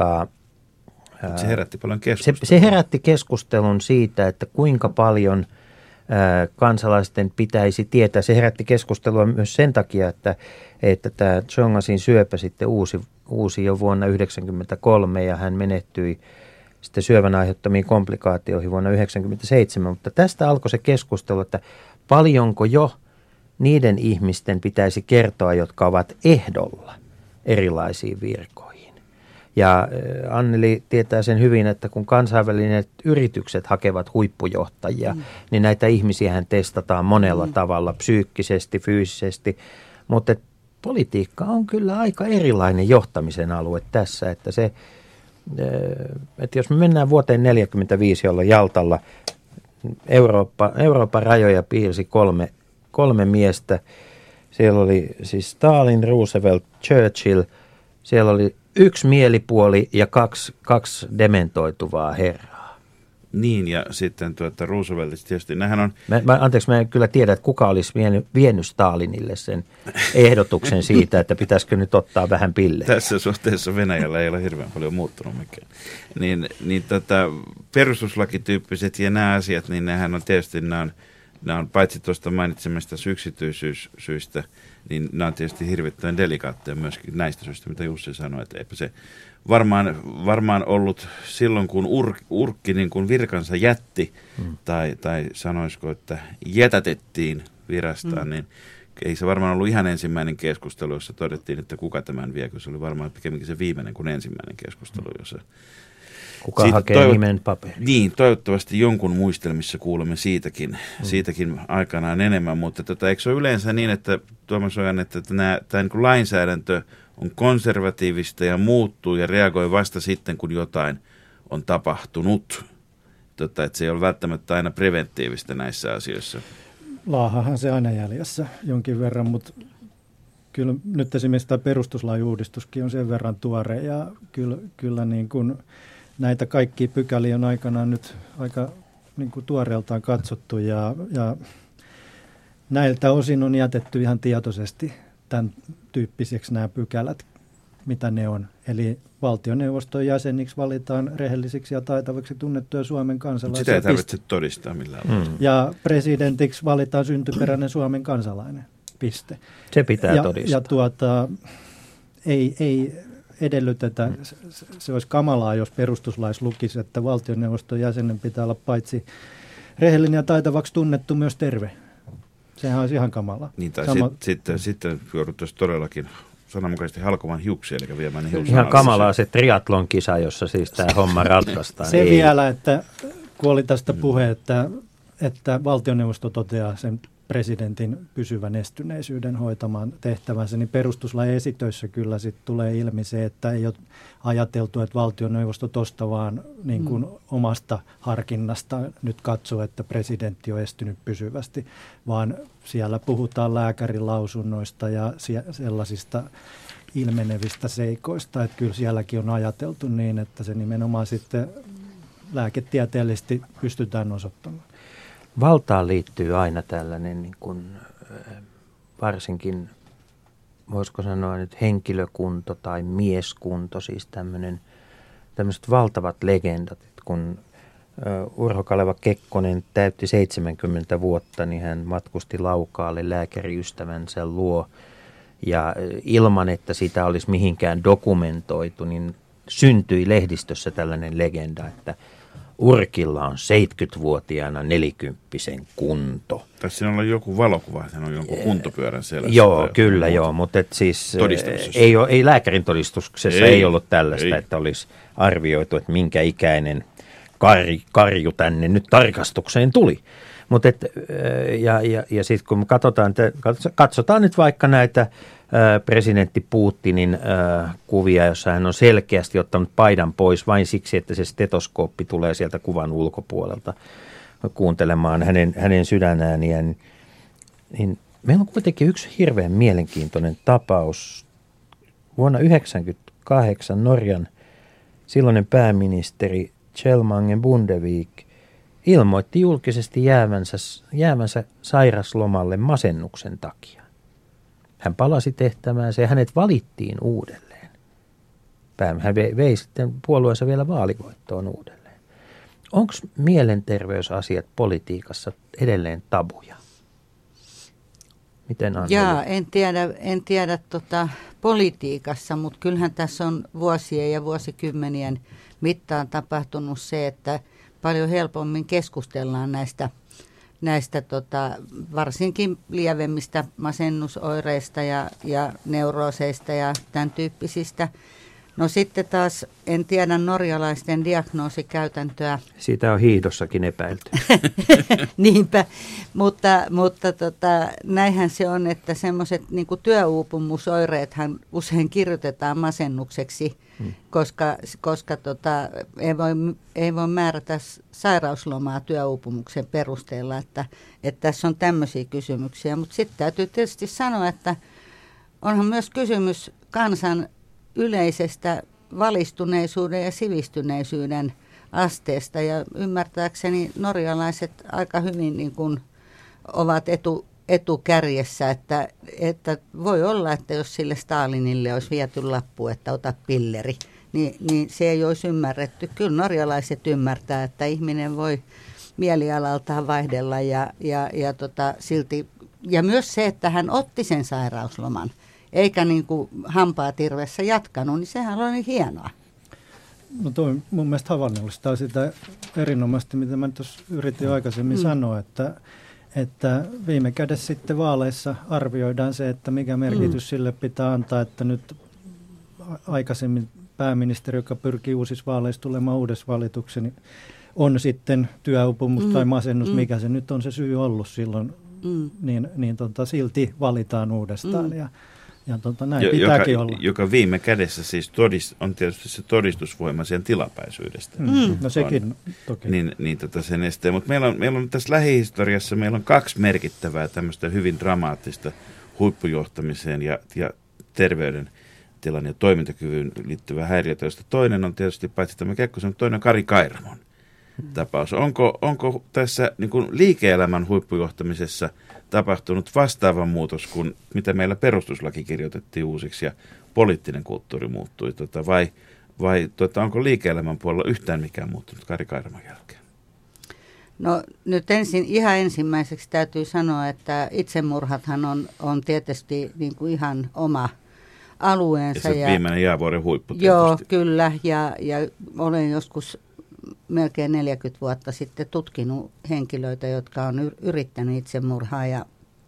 se herätti paljon keskustelua. Se herätti keskustelun siitä, että kuinka paljon kansalaisten pitäisi tietää. Se herätti keskustelua myös sen takia, että tämä Tsongasin syöpä sitten uusi jo vuonna 1993 ja hän menehtyi sitten syövän aiheuttamiin komplikaatioihin vuonna 1997. Mutta tästä alkoi se keskustelu, että paljonko jo niiden ihmisten pitäisi kertoa, jotka ovat ehdolla erilaisiin virkoihin. Ja Anneli tietää sen hyvin, että kun kansainväliset yritykset hakevat huippujohtajia, niin näitä ihmisiähän testataan monella tavalla, psyykkisesti, fyysisesti. Mutta politiikka on kyllä aika erilainen johtamisen alue tässä, että että jos me mennään vuoteen 1945, jolloin Jaltalla Euroopan rajoja piirsi kolme miestä. Siellä oli siis Stalin, Roosevelt, Churchill. Siellä oli yksi mielipuoli ja kaksi dementoituvaa herraa. Niin, ja sitten Rooseveltista tietysti, nämähän on... Mä en kyllä tiedä, että kuka olisi vienyt Stalinille sen ehdotuksen siitä, että pitäisikö nyt ottaa vähän pille. Tässä suhteessa Venäjällä ei ole hirveän paljon muuttunut mikään. Niin perustuslakityyppiset ja nämä asiat, niin nehän on tietysti, nämä on paitsi tuosta mainitsemasta yksityisyyssyistä, niin nämä on tietysti hirvittävän delikaatteja myöskin näistä syistä, mitä Jussi sanoi, että eipä se varmaan ollut silloin, kun Urkki niin kuin virkansa jätti, tai sanoisiko, että jätätettiin virastaan, niin ei se varmaan ollut ihan ensimmäinen keskustelu, jossa todettiin, että kuka tämän vie, kun se oli varmaan pikemminkin se viimeinen kuin ensimmäinen keskustelu, jossa kuka hakee nimen paperiin. Niin, toivottavasti jonkun muistelmissa kuulemme siitäkin aikanaan enemmän, mutta eikö se ole yleensä niin, että Tuomas Ojan, että tämä niin lainsäädäntö on konservatiivista ja muuttuu ja reagoi vasta sitten, kun jotain on tapahtunut, että se ei ole välttämättä aina preventiivistä näissä asioissa. Laahahan se aina jäljessä jonkin verran, mutta kyllä nyt esimerkiksi tämä perustuslain uudistuskin on sen verran tuore ja kyllä niin kuin näitä kaikkia pykäliä on aikanaan nyt aika niin kuin tuoreeltaan katsottu ja näiltä osin on jätetty ihan tietoisesti tämän tyyppiseksi nämä pykälät, mitä ne on. Eli valtioneuvoston jäseniksi valitaan rehellisiksi ja taitaviksi tunnettuja Suomen kansalaisia. Sitä ei tarvitse todistaa millään lailla. Ja presidentiksi valitaan syntyperäinen Suomen kansalainen. Piste. Se pitää todistaa. Ja ei edellytetä, se olisi kamalaa, jos perustuslaissa lukisi, että valtioneuvoston jäsenen pitää olla paitsi rehellinen ja taitavaksi tunnettu myös terve. Sehän olisi ihan kamalaa. Niin, tai sitten jouduttaisiin todellakin sananmukaisesti halkomaan hiuksia, eli viemään ne hiuksia. Ihan kamalaa se triathlon-kisa, jossa siis tämä homma ratkaistaan. Se vielä, että kun oli tästä puhe, että valtioneuvosto toteaa sen presidentin pysyvän estyneisyyden hoitamaan tehtävänsä, niin perustuslain esitöissä kyllä sitten tulee ilmi se, että ei ole ajateltu, että valtioneuvosto tuosta vaan niin kuin omasta harkinnasta nyt katsoo, että presidentti on estynyt pysyvästi, vaan siellä puhutaan lääkärilausunnoista ja sellaisista ilmenevistä seikoista, että kyllä sielläkin on ajateltu niin, että se nimenomaan sitten lääketieteellisesti pystytään osoittamaan. Valtaan liittyy aina tällainen niin kuin, varsinkin, voisiko sanoa nyt henkilökunto tai mieskunto, siis tämmöiset valtavat legendat. Et kun Urho Kaleva Kekkonen täytti 70 vuotta, niin hän matkusti Laukaalle lääkäriystävänsä luo. Ja ilman, että sitä olisi mihinkään dokumentoitu, niin syntyi lehdistössä tällainen legenda, että Urkilla on 70-vuotiaana 40-vuotiaan kunto. Tässä siinä on joku valokuva, että hän on jonkun kuntopyörän selässä. Joo, kyllä joo, mutta siis ei lääkärin todistuksessa ei ollut tällaista, että olisi arvioitu, että minkä ikäinen karju tänne nyt tarkastukseen tuli. Mutta ja sitten kun katsotaan nyt vaikka näitä presidentti Putinin kuvia, jossa hän on selkeästi ottanut paidan pois vain siksi, että se stetoskooppi tulee sieltä kuvan ulkopuolelta kuuntelemaan hänen sydänääniään. Niin meillä on kuitenkin yksi hirveän mielenkiintoinen tapaus. Vuonna 1998 Norjan silloinen pääministeri Kjell Magne Bondevik ilmoitti julkisesti jäävänsä sairaslomalle masennuksen takia. Hän palasi tehtäväänsä ja hänet valittiin uudelleen. Hän vei sitten puolueensa vielä vaalivoittoon uudelleen. Onko mielenterveysasiat politiikassa edelleen tabuja? Miten Anneli? Jaa, en tiedä politiikassa, mutta kyllähän tässä on vuosien ja vuosikymmenien mittaan tapahtunut se, että paljon helpommin keskustellaan näistä varsinkin lievemmistä masennusoireista ja neurooseista ja tämän tyyppisistä. No sitten taas en tiedä norjalaisten diagnoosikäytäntöä. Siitä on hiihdossakin epäilty. Niinpä, mutta näinhän se on, että semmoiset niin kuin työuupumusoireethan usein kirjoitetaan masennukseksi, koska ei voi määrätä sairauslomaa työuupumuksen perusteella, että tässä on tämmöisiä kysymyksiä. Mutta sitten täytyy tietysti sanoa, että onhan myös kysymys kansan yleisestä valistuneisuuden ja sivistyneisyyden asteesta. Ja ymmärtääkseni norjalaiset aika hyvin niin kuin ovat etukärjessä, että voi olla, että jos sille Stalinille olisi viety lappu, että ota pilleri, niin se ei olisi ymmärretty. Kyllä norjalaiset ymmärtää, että ihminen voi mielialaltaan vaihdella ja silti, ja myös se, että hän otti sen sairausloman, eikä niin kuin hampaatirvessä jatkanut, niin sehän oli hienoa. No toi mun mielestä havainnollistaa sitä erinomaisesti, mitä mä tuossa yritin aikaisemmin sanoa, että viime kädessä sitten vaaleissa arvioidaan se, että mikä merkitys sille pitää antaa, että nyt aikaisemmin pääministeri, joka pyrkii uusissa vaaleissa tulemaan uudessa valituksi, niin on sitten työuupumus tai masennus, mikä se nyt on se syy ollut silloin, silti valitaan uudestaan ja näin pitääkin olla. Joka viime kädessä siis on tietysti se todistusvoima sen tilapäisyydestä. No sekin toki. Sen esteen. Mutta meillä on tässä lähihistoriassa meillä on 2 merkittävää tämmöistä hyvin dramaattista huippujohtamiseen ja terveydentilan ja toimintakyvyn liittyvää häiriötä, josta toinen on tietysti paitsi tämä Kekkosen, toinen on Kari Kairamon tapaus. Onko tässä niin kuin liike-elämän huippujohtamisessa tapahtunut vastaava muutos kuin mitä meillä perustuslaki kirjoitettiin uusiksi ja poliittinen kulttuuri muuttui, vai onko liike-elämän puolella yhtään mikään muuttunut Kari Kairamon jälkeen? No nyt ihan ensimmäiseksi täytyy sanoa, että itsemurhathan on tietysti niin kuin ihan oma alueensa. Ja se viimeinen jäävuoren huippu tietysti. Joo, kyllä, ja olen joskus melkein 40 vuotta sitten tutkinut henkilöitä, jotka on yrittänyt itsemurhaa ja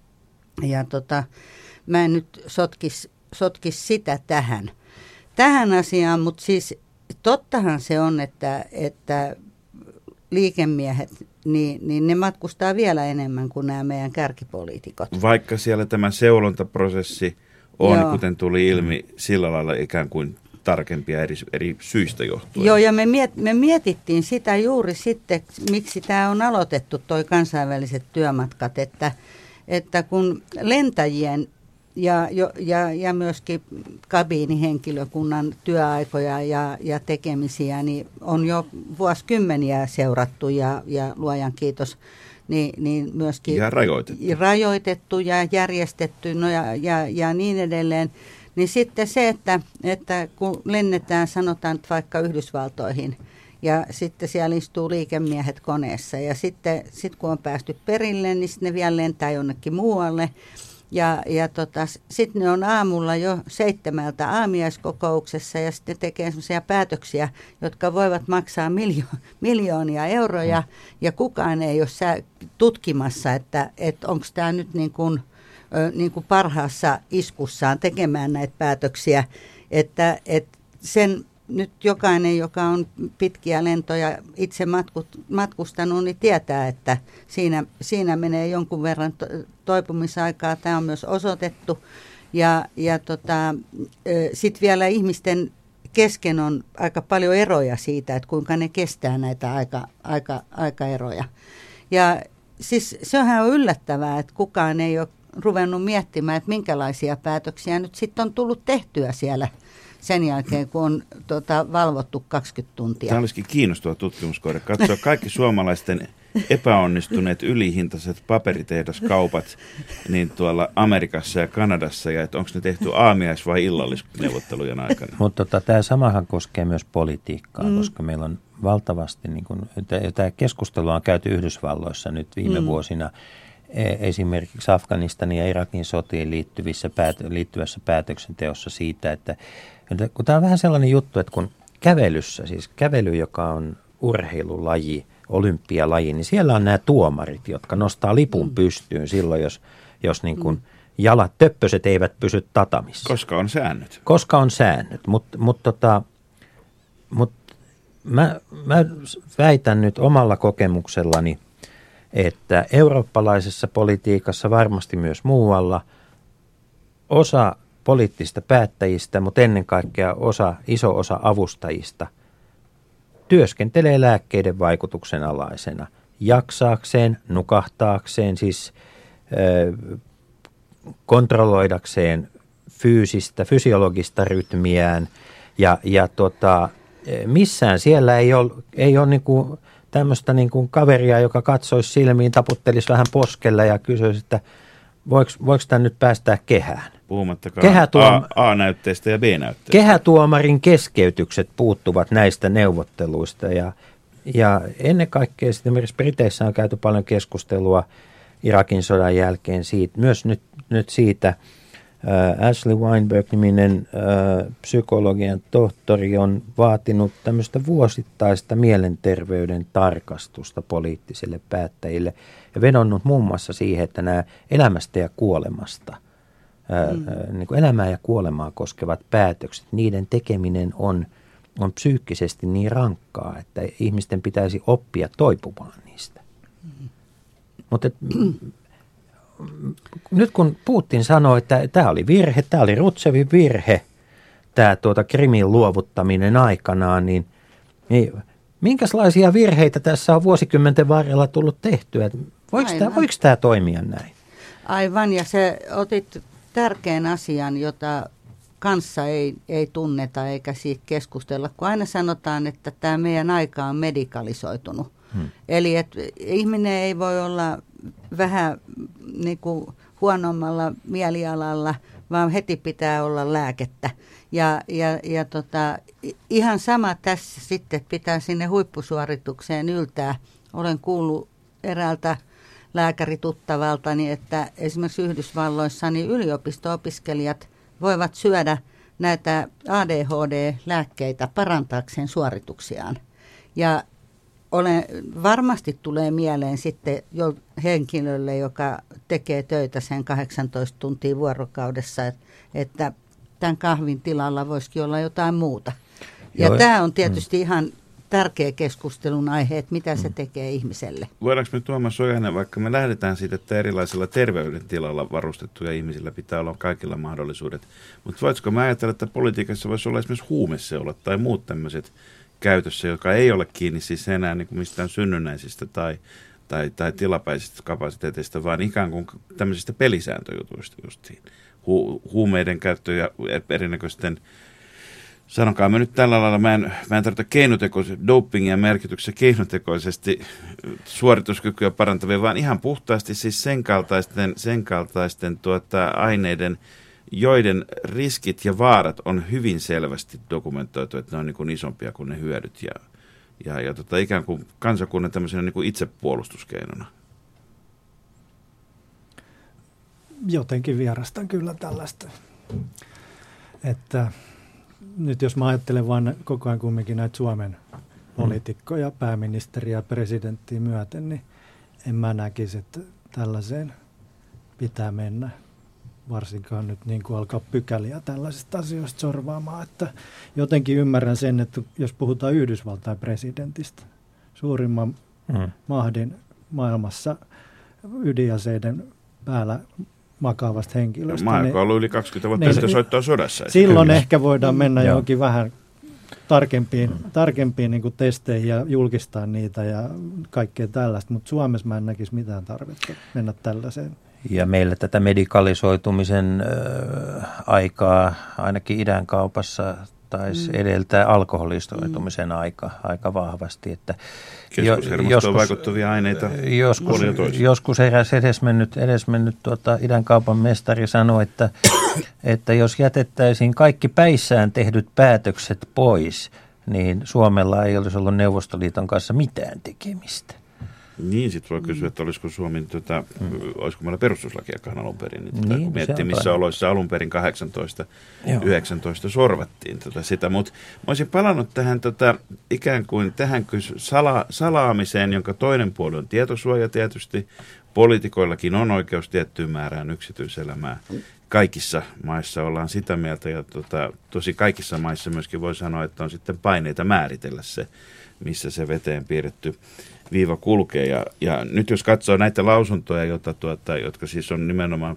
mä en nyt sotkis sitä tähän asiaan, mutta siis tottahan se on, että liikemiehet, niin ne matkustaa vielä enemmän kuin nämä meidän kärkipoliitikot. Vaikka siellä tämä seulontaprosessi on, kuten tuli ilmi, sillä lailla ikään kuin tarkempia eri syistä johtuen. Joo, ja me mietittiin sitä juuri sitten, miksi tämä on aloitettu, toi kansainväliset työmatkat, että kun lentäjien ja myöskin kabiinihenkilökunnan työaikoja ja tekemisiä, niin on jo vuosikymmeniä seurattu ja luojan kiitos, niin myöskin ja rajoitettu ja järjestetty ja niin edelleen. Niin sitten se, että kun lennetään, sanotaan vaikka Yhdysvaltoihin, ja sitten siellä istuu liikemiehet koneessa, ja sitten kun on päästy perille, niin sitten ne vielä lentää jonnekin muualle, ja sitten ne on aamulla jo 7 aamiaiskokouksessa, ja sitten tekee sellaisia päätöksiä, jotka voivat maksaa miljoonia euroja, ja kukaan ei ole tutkimassa, että onko tämä nyt niin kuin parhaassa iskussaan tekemään näitä päätöksiä, että sen nyt jokainen, joka on pitkiä lentoja itse matkustanut, niin tietää, että siinä menee jonkun verran toipumisaikaa. Tämä on myös osoitettu. Ja sitten vielä ihmisten kesken on aika paljon eroja siitä, että kuinka ne kestää näitä aikaeroja. Ja siis sehän on yllättävää, että kukaan ei ole ruvennut miettimään, että minkälaisia päätöksiä nyt sitten on tullut tehtyä sen jälkeen, kun on valvottu 20 tuntia. Tämä olisikin kiinnostava tutkimuskohde. Katsoa kaikki suomalaisten epäonnistuneet ylihintaiset paperitehdaskaupat niin tuolla Amerikassa ja Kanadassa, ja että onko ne tehty aamiais- vai illallisneuvottelujen aikana. Mutta tämä samahan koskee myös politiikkaa, koska meillä on valtavasti, niin kun, tämä keskustelu on käyty Yhdysvalloissa nyt viime vuosina, esimerkiksi Afganistanin ja Irakin sotiin liittyvässä päätöksenteossa siitä, että kun tämä on vähän sellainen juttu, että kun kävelyssä, siis kävely, joka on urheilulaji, olympialaji, niin siellä on nämä tuomarit, jotka nostaa lipun pystyyn silloin, jos niin kuin jalat, töppöset eivät pysy tatamissa. Koska on säännöt. Koska on säännöt, mutta mä väitän nyt omalla kokemuksellani, että eurooppalaisessa politiikassa, varmasti myös muualla, osa poliittista päättäjistä, mutta ennen kaikkea iso osa avustajista työskentelee lääkkeiden vaikutuksen alaisena, jaksaakseen, nukahtaakseen, siis kontrolloidakseen fysiologista rytmiään ja missään siellä ei ole niinku tämmöistä niinku kaveria, joka katsoisi silmiin, taputtelisi vähän poskella ja kysyisi, että voiko tämän nyt päästää kehään. Puhumattakaan A-näytteestä ja B-näytteestä. Kehätuomarin keskeytykset puuttuvat näistä neuvotteluista ja ennen kaikkea esimerkiksi Briteissä on käyty paljon keskustelua Irakin sodan jälkeen siitä, myös nyt siitä. Ashley Weinberg-niminen psykologian tohtori on vaatinut tämmöistä vuosittaista mielenterveyden tarkastusta poliittisille päättäjille ja vedonnut muun muassa siihen, että nämä elämästä ja kuolemasta, niin kuin elämää ja kuolemaa koskevat päätökset, niiden tekeminen on psyykkisesti niin rankkaa, että ihmisten pitäisi oppia toipumaan niistä. Mutta nyt kun Putin sanoi, että tämä oli virhe, tämä oli Rutsevin virhe, tämä Krimin luovuttaminen aikanaan, niin minkälaisia virheitä tässä on vuosikymmenten varrella tullut tehtyä? Voiko tämä toimia näin? Aivan, ja se otit tärkeän asian, jota kanssa ei tunneta eikä siitä keskustella, kun aina sanotaan, että tämä meidän aika on medikalisoitunut. Eli että ihminen ei voi olla vähän niin kuin huonommalla mielialalla, vaan heti pitää olla lääkettä. Ja ihan sama tässä sitten, että pitää sinne huippusuoritukseen yltää. Olen kuullut eräältä lääkärituttavaltani, että esimerkiksi Yhdysvalloissa niin yliopisto-opiskelijat voivat syödä näitä ADHD-lääkkeitä parantaakseen suorituksiaan. Ja varmasti tulee mieleen sitten jo henkilölle, joka tekee töitä sen 18 tuntia vuorokaudessa, että tämän kahvin tilalla voisikin olla jotain muuta. Ja tämä on tietysti ihan tärkeä keskustelun aihe, että mitä se tekee ihmiselle. Voidaanko me Tuomas Ojanen, vaikka me lähdetään siitä, että erilaisilla terveydentilalla varustettuja ihmisillä pitää olla kaikilla mahdollisuudet, mutta voisiko mä ajatella, että politiikassa voisi olla esimerkiksi huumeseulat tai muut tämmöiset käytössä, joka ei ole kiinni siis enää niin kuin mistään synnynnäisistä tai tilapäisistä kapasiteeteista, vaan ikään kuin tämmöisistä pelisääntöjutuista justiin. Huumeiden käyttö ja erinäköisten, sanokaa me nyt tällä lailla, mä en tarvita dopingia merkityksessä keinotekoisesti suorituskykyä parantavia, vaan ihan puhtaasti siis sen kaltaisten aineiden, joiden riskit ja vaarat on hyvin selvästi dokumentoitu, että ne on niin kuin isompia kuin ne hyödyt ja ikään kuin kansakunnan tämmöisenä niin kuin itsepuolustuskeinona. Jotenkin vierastan kyllä tällaista, että nyt jos mä ajattelen vaan koko ajan kumminkin näitä Suomen poliitikkoja, pääministeriä ja presidenttiä myöten, niin en mä näkisi, että tällaiseen pitää mennä. Varsinkaan nyt niin kuin alkaa pykäliä tällaisista asioista sorvaamaan, että jotenkin ymmärrän sen, että jos puhutaan Yhdysvaltain presidentistä, suurimman mahdin maailmassa ydinaseiden päällä makaavasta henkilöstä. Maa, joka on ollut yli 20 vuotta sitten soittaa sodassa. Silloin ehkä voidaan mennä johonkin vähän tarkempiin niin kuin testeihin ja julkistaa niitä ja kaikkea tällaista, mutta Suomessa mä en näkisi mitään tarvetta mennä tällaiseen. Ja meillä tätä medikalisoitumisen aikaa ainakin idänkaupassa taisi edeltää alkoholistoitumisen aika vahvasti. Että keskushermostoon vaikuttavia aineita. Joskus eräs edesmennyt idänkaupan mestari sanoi, että jos jätettäisiin kaikki päissään tehdyt päätökset pois, niin Suomella ei olisi ollut Neuvostoliiton kanssa mitään tekemistä. Niin, sitten voi kysyä, että olisiko Suomi, olisiko meillä perustuslakiakaan alun perin. Niin, kun miettii, missä oloissa alun perin 19 sorvattiin sitä. Mutta mä olisin palannut tähän ikään kuin tähän salaamiseen, jonka toinen puoli on tietosuoja tietysti. Poliitikoillakin on oikeus tiettyyn määrään yksityiselämää. Kaikissa maissa ollaan sitä mieltä, ja tosi kaikissa maissa myöskin voi sanoa, että on sitten paineita määritellä se, missä se veteen piirretty viiva kulkee. Ja nyt jos katsoo näitä lausuntoja, jotka siis on nimenomaan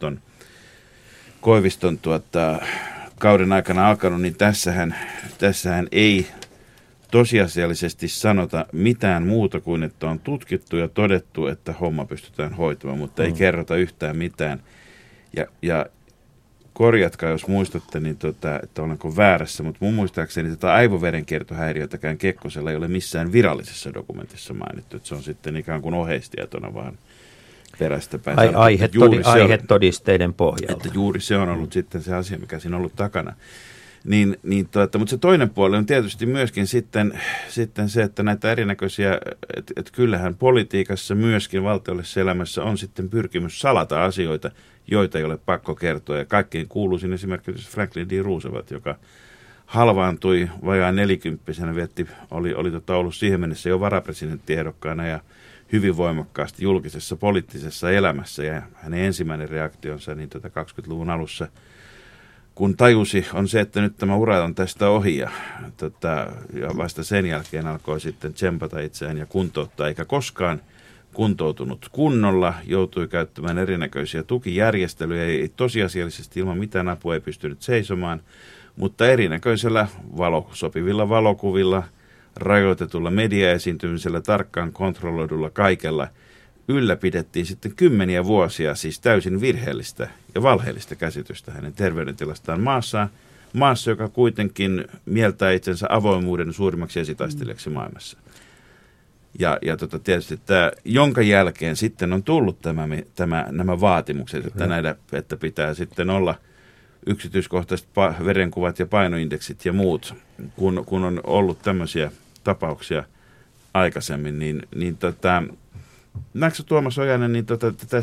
Koiviston kauden aikana alkanut, niin tässähän ei tosiasiallisesti sanota mitään muuta kuin, että on tutkittu ja todettu, että homma pystytään hoitamaan, mutta ei kerrota yhtään mitään. Ja korjatkaa, jos muistatte, niin että olenko väärässä, mutta mun muistaakseni tätä aivoverenkiertohäiriötäkään Kekkosella ei ole missään virallisessa dokumentissa mainittu, että se on sitten ikään kuin oheistietona vaan perästä päin. Aihetodisteiden pohjalta. Että juuri se on ollut sitten se asia, mikä siinä on ollut takana. Mutta se toinen puoli on tietysti myöskin sitten se, että näitä erinäköisiä, että kyllähän politiikassa myöskin valtiollisessa elämässä on sitten pyrkimys salata asioita, joita ei ole pakko kertoa. Ja kaikkein kuuluisin esimerkiksi Franklin D. Roosevelt, joka halvaantui vajaan 40-vuotiaana, oli ollut siihen mennessä jo varapresidenttiehdokkaana ja hyvin voimakkaasti julkisessa poliittisessa elämässä. Ja hänen ensimmäinen reaktionsa niin 20-luvun alussa, kun tajusi, on se, että nyt tämä ura on tästä ohi ja vasta sen jälkeen alkoi sitten tsempata itseään ja kuntouttaa, eikä koskaan kuntoutunut kunnolla, joutui käyttämään erinäköisiä tukijärjestelyjä, ei tosiasiallisesti ilman mitään apua ei pystynyt seisomaan, mutta erinäköisellä sopivilla valokuvilla, rajoitetulla mediaesiintymisellä, tarkkaan kontrolloidulla kaikella ylläpidettiin sitten kymmeniä vuosia siis täysin virheellistä ja valheellista käsitystä hänen terveydentilastaan maassa, joka kuitenkin mieltää itsensä avoimuuden suurimmaksi esitaistelijaksi maailmassa. Ja tietysti jonka jälkeen sitten on tullut nämä vaatimukset, että pitää sitten olla yksityiskohtaiset verenkuvat ja painoindeksit ja muut, kun on ollut tämmöisiä tapauksia aikaisemmin, niin näetkö Tuomas Ojanen, niin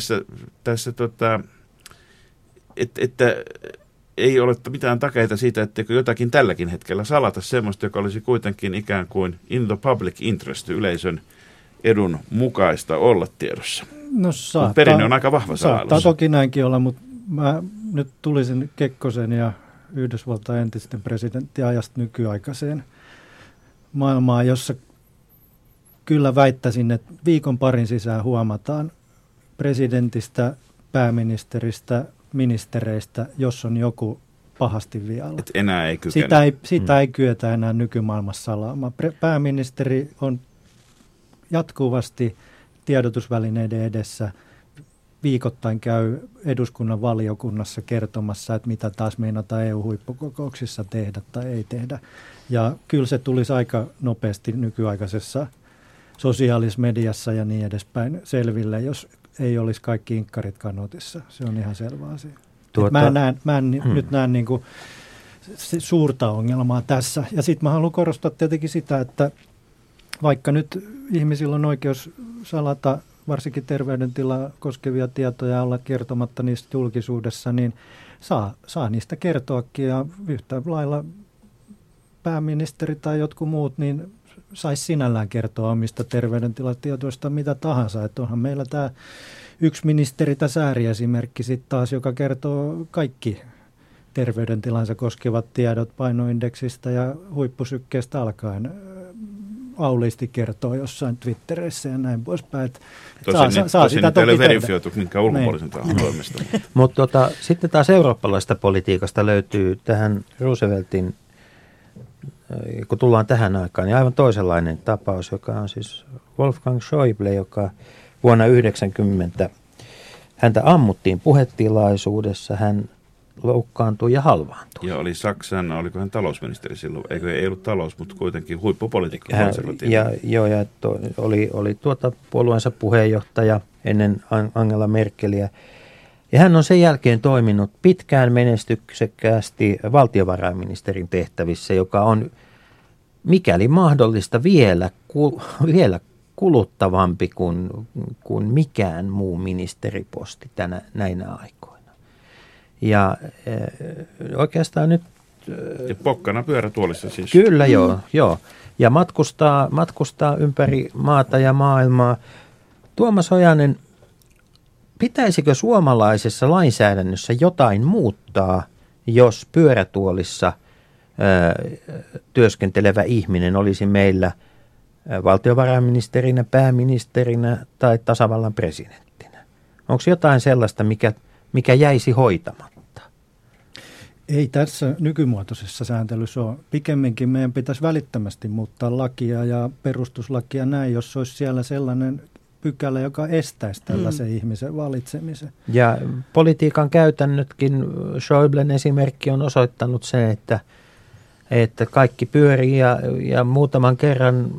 että ei ole mitään takeita siitä, etteikö jotakin tälläkin hetkellä salata semmoista, joka olisi kuitenkin ikään kuin in the public interest, yleisön edun mukaista olla tiedossa. No perinne on aika vahva salailussa. Saattaa toki näinkin olla, mutta mä nyt tulisin Kekkosen ja Yhdysvaltain entisten presidenttiajasta nykyaikaiseen maailmaan, jossa kyllä väittäisin, että viikon parin sisään huomataan presidentistä, pääministeristä, ministereistä, jos on joku pahasti vialla. Et enää ei kykene. Sitä ei kyetä enää nykymaailmassa salaamaan. Pääministeri on jatkuvasti tiedotusvälineiden edessä, viikoittain käy eduskunnan valiokunnassa kertomassa, että mitä taas meinataan EU-huippukokouksissa tehdä tai ei tehdä. Ja kyllä se tulisi aika nopeasti nykyaikaisessa sosiaalisessa mediassa ja niin edespäin selville, jos ei olisi kaikki inkkarit kanotissa. Se on ihan selvä asia. Mä en nyt näe niin kuin suurta ongelmaa tässä. Ja sitten mä haluan korostaa tietenkin sitä, että vaikka nyt ihmisillä on oikeus salata varsinkin terveydentilaa koskevia tietoja olla kertomatta niistä julkisuudessa, niin saa niistä kertoakin. Ja yhtä lailla pääministeri tai jotkut muut, niin saisi sinällään kertoa omista terveydentilatietoista mitä tahansa. Että onhan meillä tämä yksi ministeri, tämä Sääri-esimerkki sitten taas, joka kertoo kaikki terveydentilansa koskevat tiedot painoindeksistä ja huippusykkeestä alkaen. Auliisti kertoo jossain Twitterissä ja näin poispäin. Tosin sitä toki ei ole verifioitu minkään ulkopuolisen tahon toimesta. Mutta sitten taas eurooppalaisesta politiikasta löytyy tähän Rooseveltin, kun tullaan tähän aikaan, niin aivan toisenlainen tapaus, joka on siis Wolfgang Schäuble, joka vuonna 1990 häntä ammuttiin puhetilaisuudessa, hän loukkaantui ja halvaantui. Ja oli Saksan, oliko hän talousministeri silloin? Ei ollut talous, mutta kuitenkin huippupolitiikka. Oli puolueensa puheenjohtaja ennen Angela Merkeliä. Ja hän on sen jälkeen toiminut pitkään menestyksekkäästi valtiovarainministerin tehtävissä, joka on mikäli mahdollista vielä kuluttavampi kuin mikään muu ministeriposti näinä aikoina. Ja oikeastaan nyt... Ja pokkana pyörätuolissa siis. Kyllä, joo. Ja matkustaa ympäri maata ja maailmaa. Tuomas Ojanen, pitäisikö suomalaisessa lainsäädännössä jotain muuttaa, jos pyörätuolissa työskentelevä ihminen olisi meillä valtiovarainministerinä, pääministerinä tai tasavallan presidenttinä? Onko jotain sellaista, mikä jäisi hoitamatta? Ei tässä nykymuotoisessa sääntelyssä ole. Pikemminkin meidän pitäisi välittömästi muuttaa lakia ja perustuslakia näin, jos olisi siellä sellainen pykälä, joka estäisi tällaisen ihmisen valitsemisen. Ja politiikan käytännötkin, Schäublen esimerkki on osoittanut sen, että kaikki pyörii ja muutaman kerran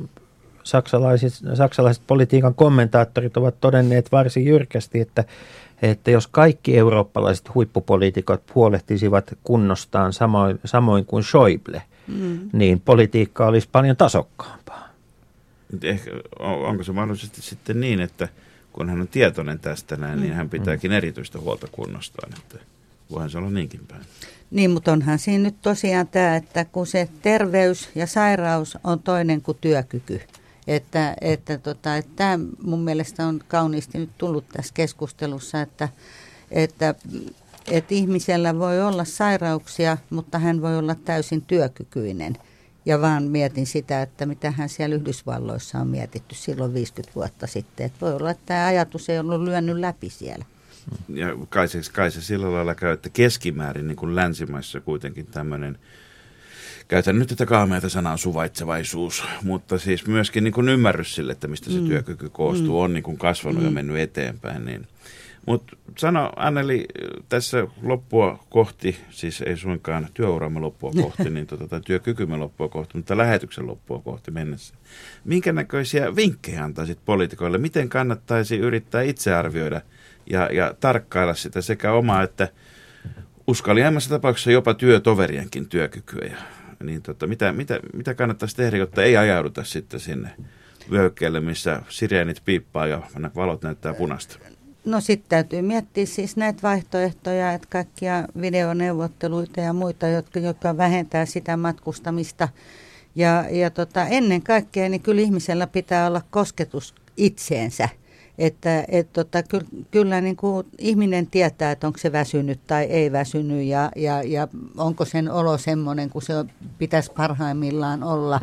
saksalaiset politiikan kommentaattorit ovat todenneet varsin jyrkästi, että jos kaikki eurooppalaiset huippupoliitikot huolehtisivat kunnostaan samoin kuin Schäuble, niin politiikka olisi paljon tasokkaampaa. Ehkä, onko se mahdollisesti sitten niin, että kun hän on tietoinen tästä näin, niin hän pitääkin erityistä huolta kunnostaan, että voihan se olla niinkin päin. Niin, mutta onhan siinä nyt tosiaan tämä, että kun se terveys ja sairaus on toinen kuin työkyky. Että tämä mun mielestä on kauniisti nyt tullut tässä keskustelussa, että ihmisellä voi olla sairauksia, mutta hän voi olla täysin työkykyinen. Ja vaan mietin sitä, että mitä hän siellä Yhdysvalloissa on mietitty silloin 50 vuotta sitten. Että voi olla, että tämä ajatus ei ollut lyönyt läpi siellä. Ja kai se sillä lailla käy, että keskimäärin niin kuin länsimaissa kuitenkin tämmöinen, käytän nyt tätä kaameata sanaa suvaitsevaisuus, mutta siis myöskin niin kuin ymmärrys sille, että mistä se työkyky koostuu, on niin kuin kasvanut ja mennyt eteenpäin. Niin. Mutta sano Anneli, tässä loppua kohti, siis ei suinkaan työuramme loppua kohti, niin tai työkykymme loppua kohti, mutta lähetyksen loppua kohti mennessä. Minkä näköisiä vinkkejä antaisit poliitikoille? Miten kannattaisi yrittää itse arvioida ja tarkkailla sitä sekä omaa että uskaliaimmassa tapauksessa jopa työtoverienkin työkykyä? Niin mitä kannattaisi tehdä, jotta ei ajauduta sitten sinne vyöhykkeelle, missä sireenit piippaa ja valot näyttää punaista? No sitten täytyy miettiä siis näitä vaihtoehtoja, että kaikkia videoneuvotteluita ja muita, jotka vähentää sitä matkustamista. Ja ennen kaikkea niin kyllä ihmisellä pitää olla kosketus itseensä. Että kyllä niin kuin ihminen tietää, että onko se väsynyt tai ei väsynyt ja onko sen olo semmoinen, kun se pitäisi parhaimmillaan olla.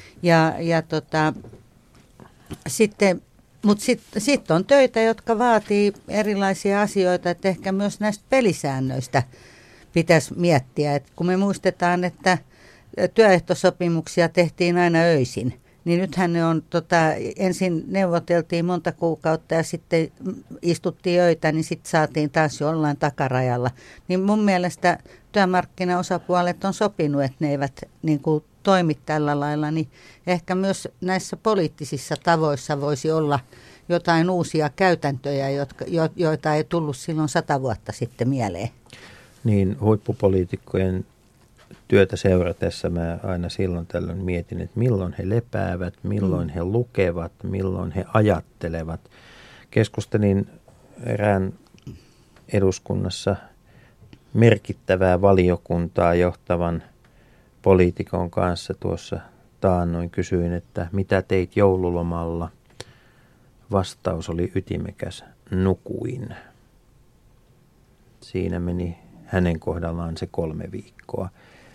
Mutta sitten on töitä, jotka vaatii erilaisia asioita, että ehkä myös näistä pelisäännöistä pitäisi miettiä. Et kun me muistetaan, että työehtosopimuksia tehtiin aina öisin, niin nythän ne on, ensin neuvoteltiin monta kuukautta ja sitten istuttiin öitä, niin sitten saatiin taas jollain takarajalla. Niin mun mielestä työmarkkinaosapuolet on sopinut, että ne eivät niin kuin toimi tällä lailla, niin ehkä myös näissä poliittisissa tavoissa voisi olla jotain uusia käytäntöjä, joita ei tullut silloin 100 vuotta sitten mieleen. Niin, huippupoliitikkojen työtä seuratessa mä aina silloin tällöin mietin, että milloin he lepäävät, milloin he lukevat, milloin he ajattelevat. Keskustelin erään eduskunnassa merkittävää valiokuntaa johtavan poliitikon kanssa tuossa taannoin, kysyin, että mitä teit joululomalla? Vastaus oli ytimekäs: nukuin. Siinä meni hänen kohdallaan se 3 viikkoa.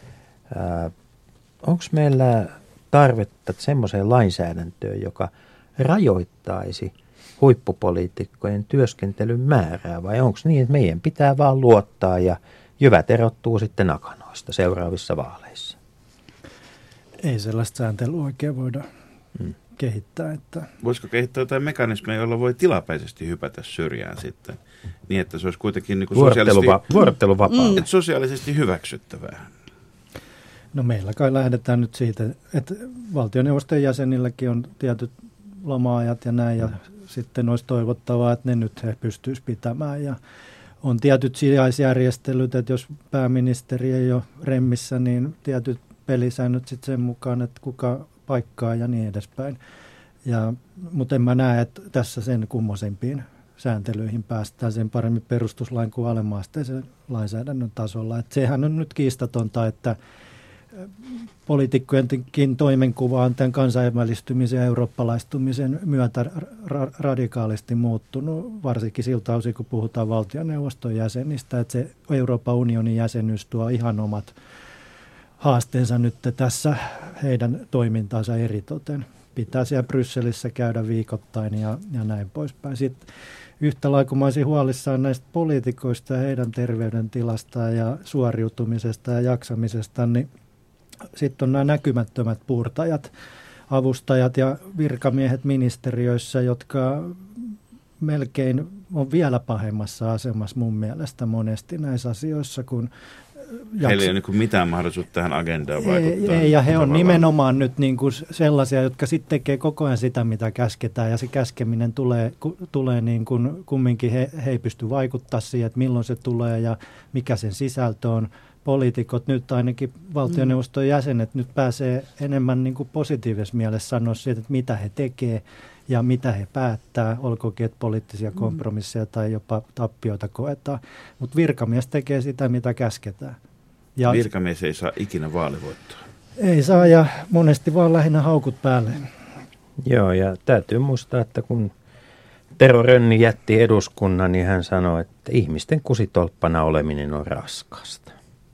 Onko meillä tarvetta semmoiseen lainsäädäntöön, joka rajoittaisi huippupoliitikkojen työskentelyn määrää, vai onko niin, että meidän pitää vaan luottaa ja jyvät erottuu sitten akanoista seuraavissa vaaleissa? Ei sellaista sääntelyä oikein voida kehittää. Että Voisiko kehittää jotain mekanismeja, joilla voi tilapäisesti hypätä syrjään sitten, niin että se olisi kuitenkin niin kuin sosiaalisesti hyväksyttävää? No meillä kai lähdetään nyt siitä, että valtioneuvoston jäsenilläkin on tietyt loma-ajat ja näin, ja sitten olisi toivottavaa, että ne nyt he pystyisivät pitämään. Ja on tietyt sijaisjärjestelyt, että jos pääministeri ei ole remmissä, niin tietyt pelisäännöt sitten sen mukaan, että kuka paikkaa ja niin edespäin. Mutta en mä näe, että tässä sen kummoisempiin sääntelyihin päästään sen paremmin perustuslain kuin alemmaasteisen lainsäädännön tasolla. Et sehän on nyt kiistatonta, että poliitikkojenkin toimenkuva on tämän kansainvälistymisen ja eurooppalaistumisen myötä radikaalisti muuttunut, varsinkin siltä osin, kun puhutaan valtioneuvoston jäsenistä, että se Euroopan unionin jäsenyys tuo ihan omat haasteensa nyt tässä heidän toimintaansa eritoten. Pitää siellä Brysselissä käydä viikoittain ja näin poispäin. Sitten yhtä lailla, kun mä olisin huolissaan näistä poliitikoista ja heidän terveydentilastaan ja suoriutumisesta ja jaksamisesta, niin sitten on nämä näkymättömät puurtajat, avustajat ja virkamiehet ministeriöissä, jotka melkein on vielä pahemmassa asemassa mun mielestä monesti näissä asioissa, kun heillä ei ole niin mitään mahdollisuutta tähän agendaan vaikuttaa. Ei, ja he on nimenomaan nyt niin kuin sellaisia, jotka sitten tekee koko ajan sitä, mitä käsketään, ja se käskeminen tulee niin kuin kumminkin, he ei pysty vaikuttaa siihen, että milloin se tulee ja mikä sen sisältö on. Poliitikot nyt ainakin valtioneuvoston jäsenet nyt pääsee enemmän niin kuin positiivisessa mielessä sanoa siitä, että mitä he tekee ja mitä he päättää, olkoonkin, että poliittisia kompromisseja tai jopa tappioita koetaan. Mutta virkamies tekee sitä, mitä käsketään. Ja virkamies ei saa ikinä vaalivoittoa. Ei saa, ja monesti vaan lähinnä haukut päälle. Joo, ja täytyy muistaa, että kun Tero Rönni jätti eduskunnan, niin hän sanoi, että ihmisten kusitolppana oleminen on raskasta.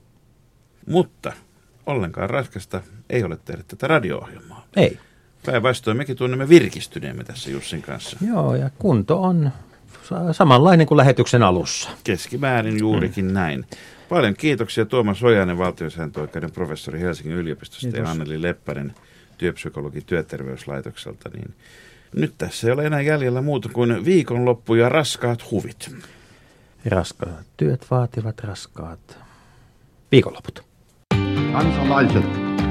Mutta ollenkaan raskasta ei ole tehdä tätä radio-ohjelmaa. Ei. Päinvastoin mekin tunnemme virkistyneemme tässä Jussin kanssa. Joo, ja kunto on samanlainen kuin lähetyksen alussa. Keskimäärin juurikin näin. Paljon kiitoksia Tuomas Ojanen, valtiosääntöoikeuden professori Helsingin yliopistosta. Kiitos. Ja Anneli Leppänen, työpsykologi Työterveyslaitokselta. Niin nyt tässä ei ole enää jäljellä muuta kuin viikonloppu ja raskaat huvit. Raskaat työt vaativat raskaat viikonloput. Kansalaiset,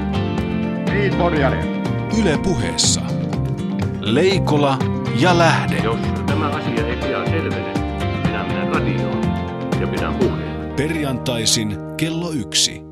Yle Puheessa. Leikola ja Lähde. Jos tämä asia ei pian selvene, minä menen radioon ja pidän puheen. Perjantaisin kello 1.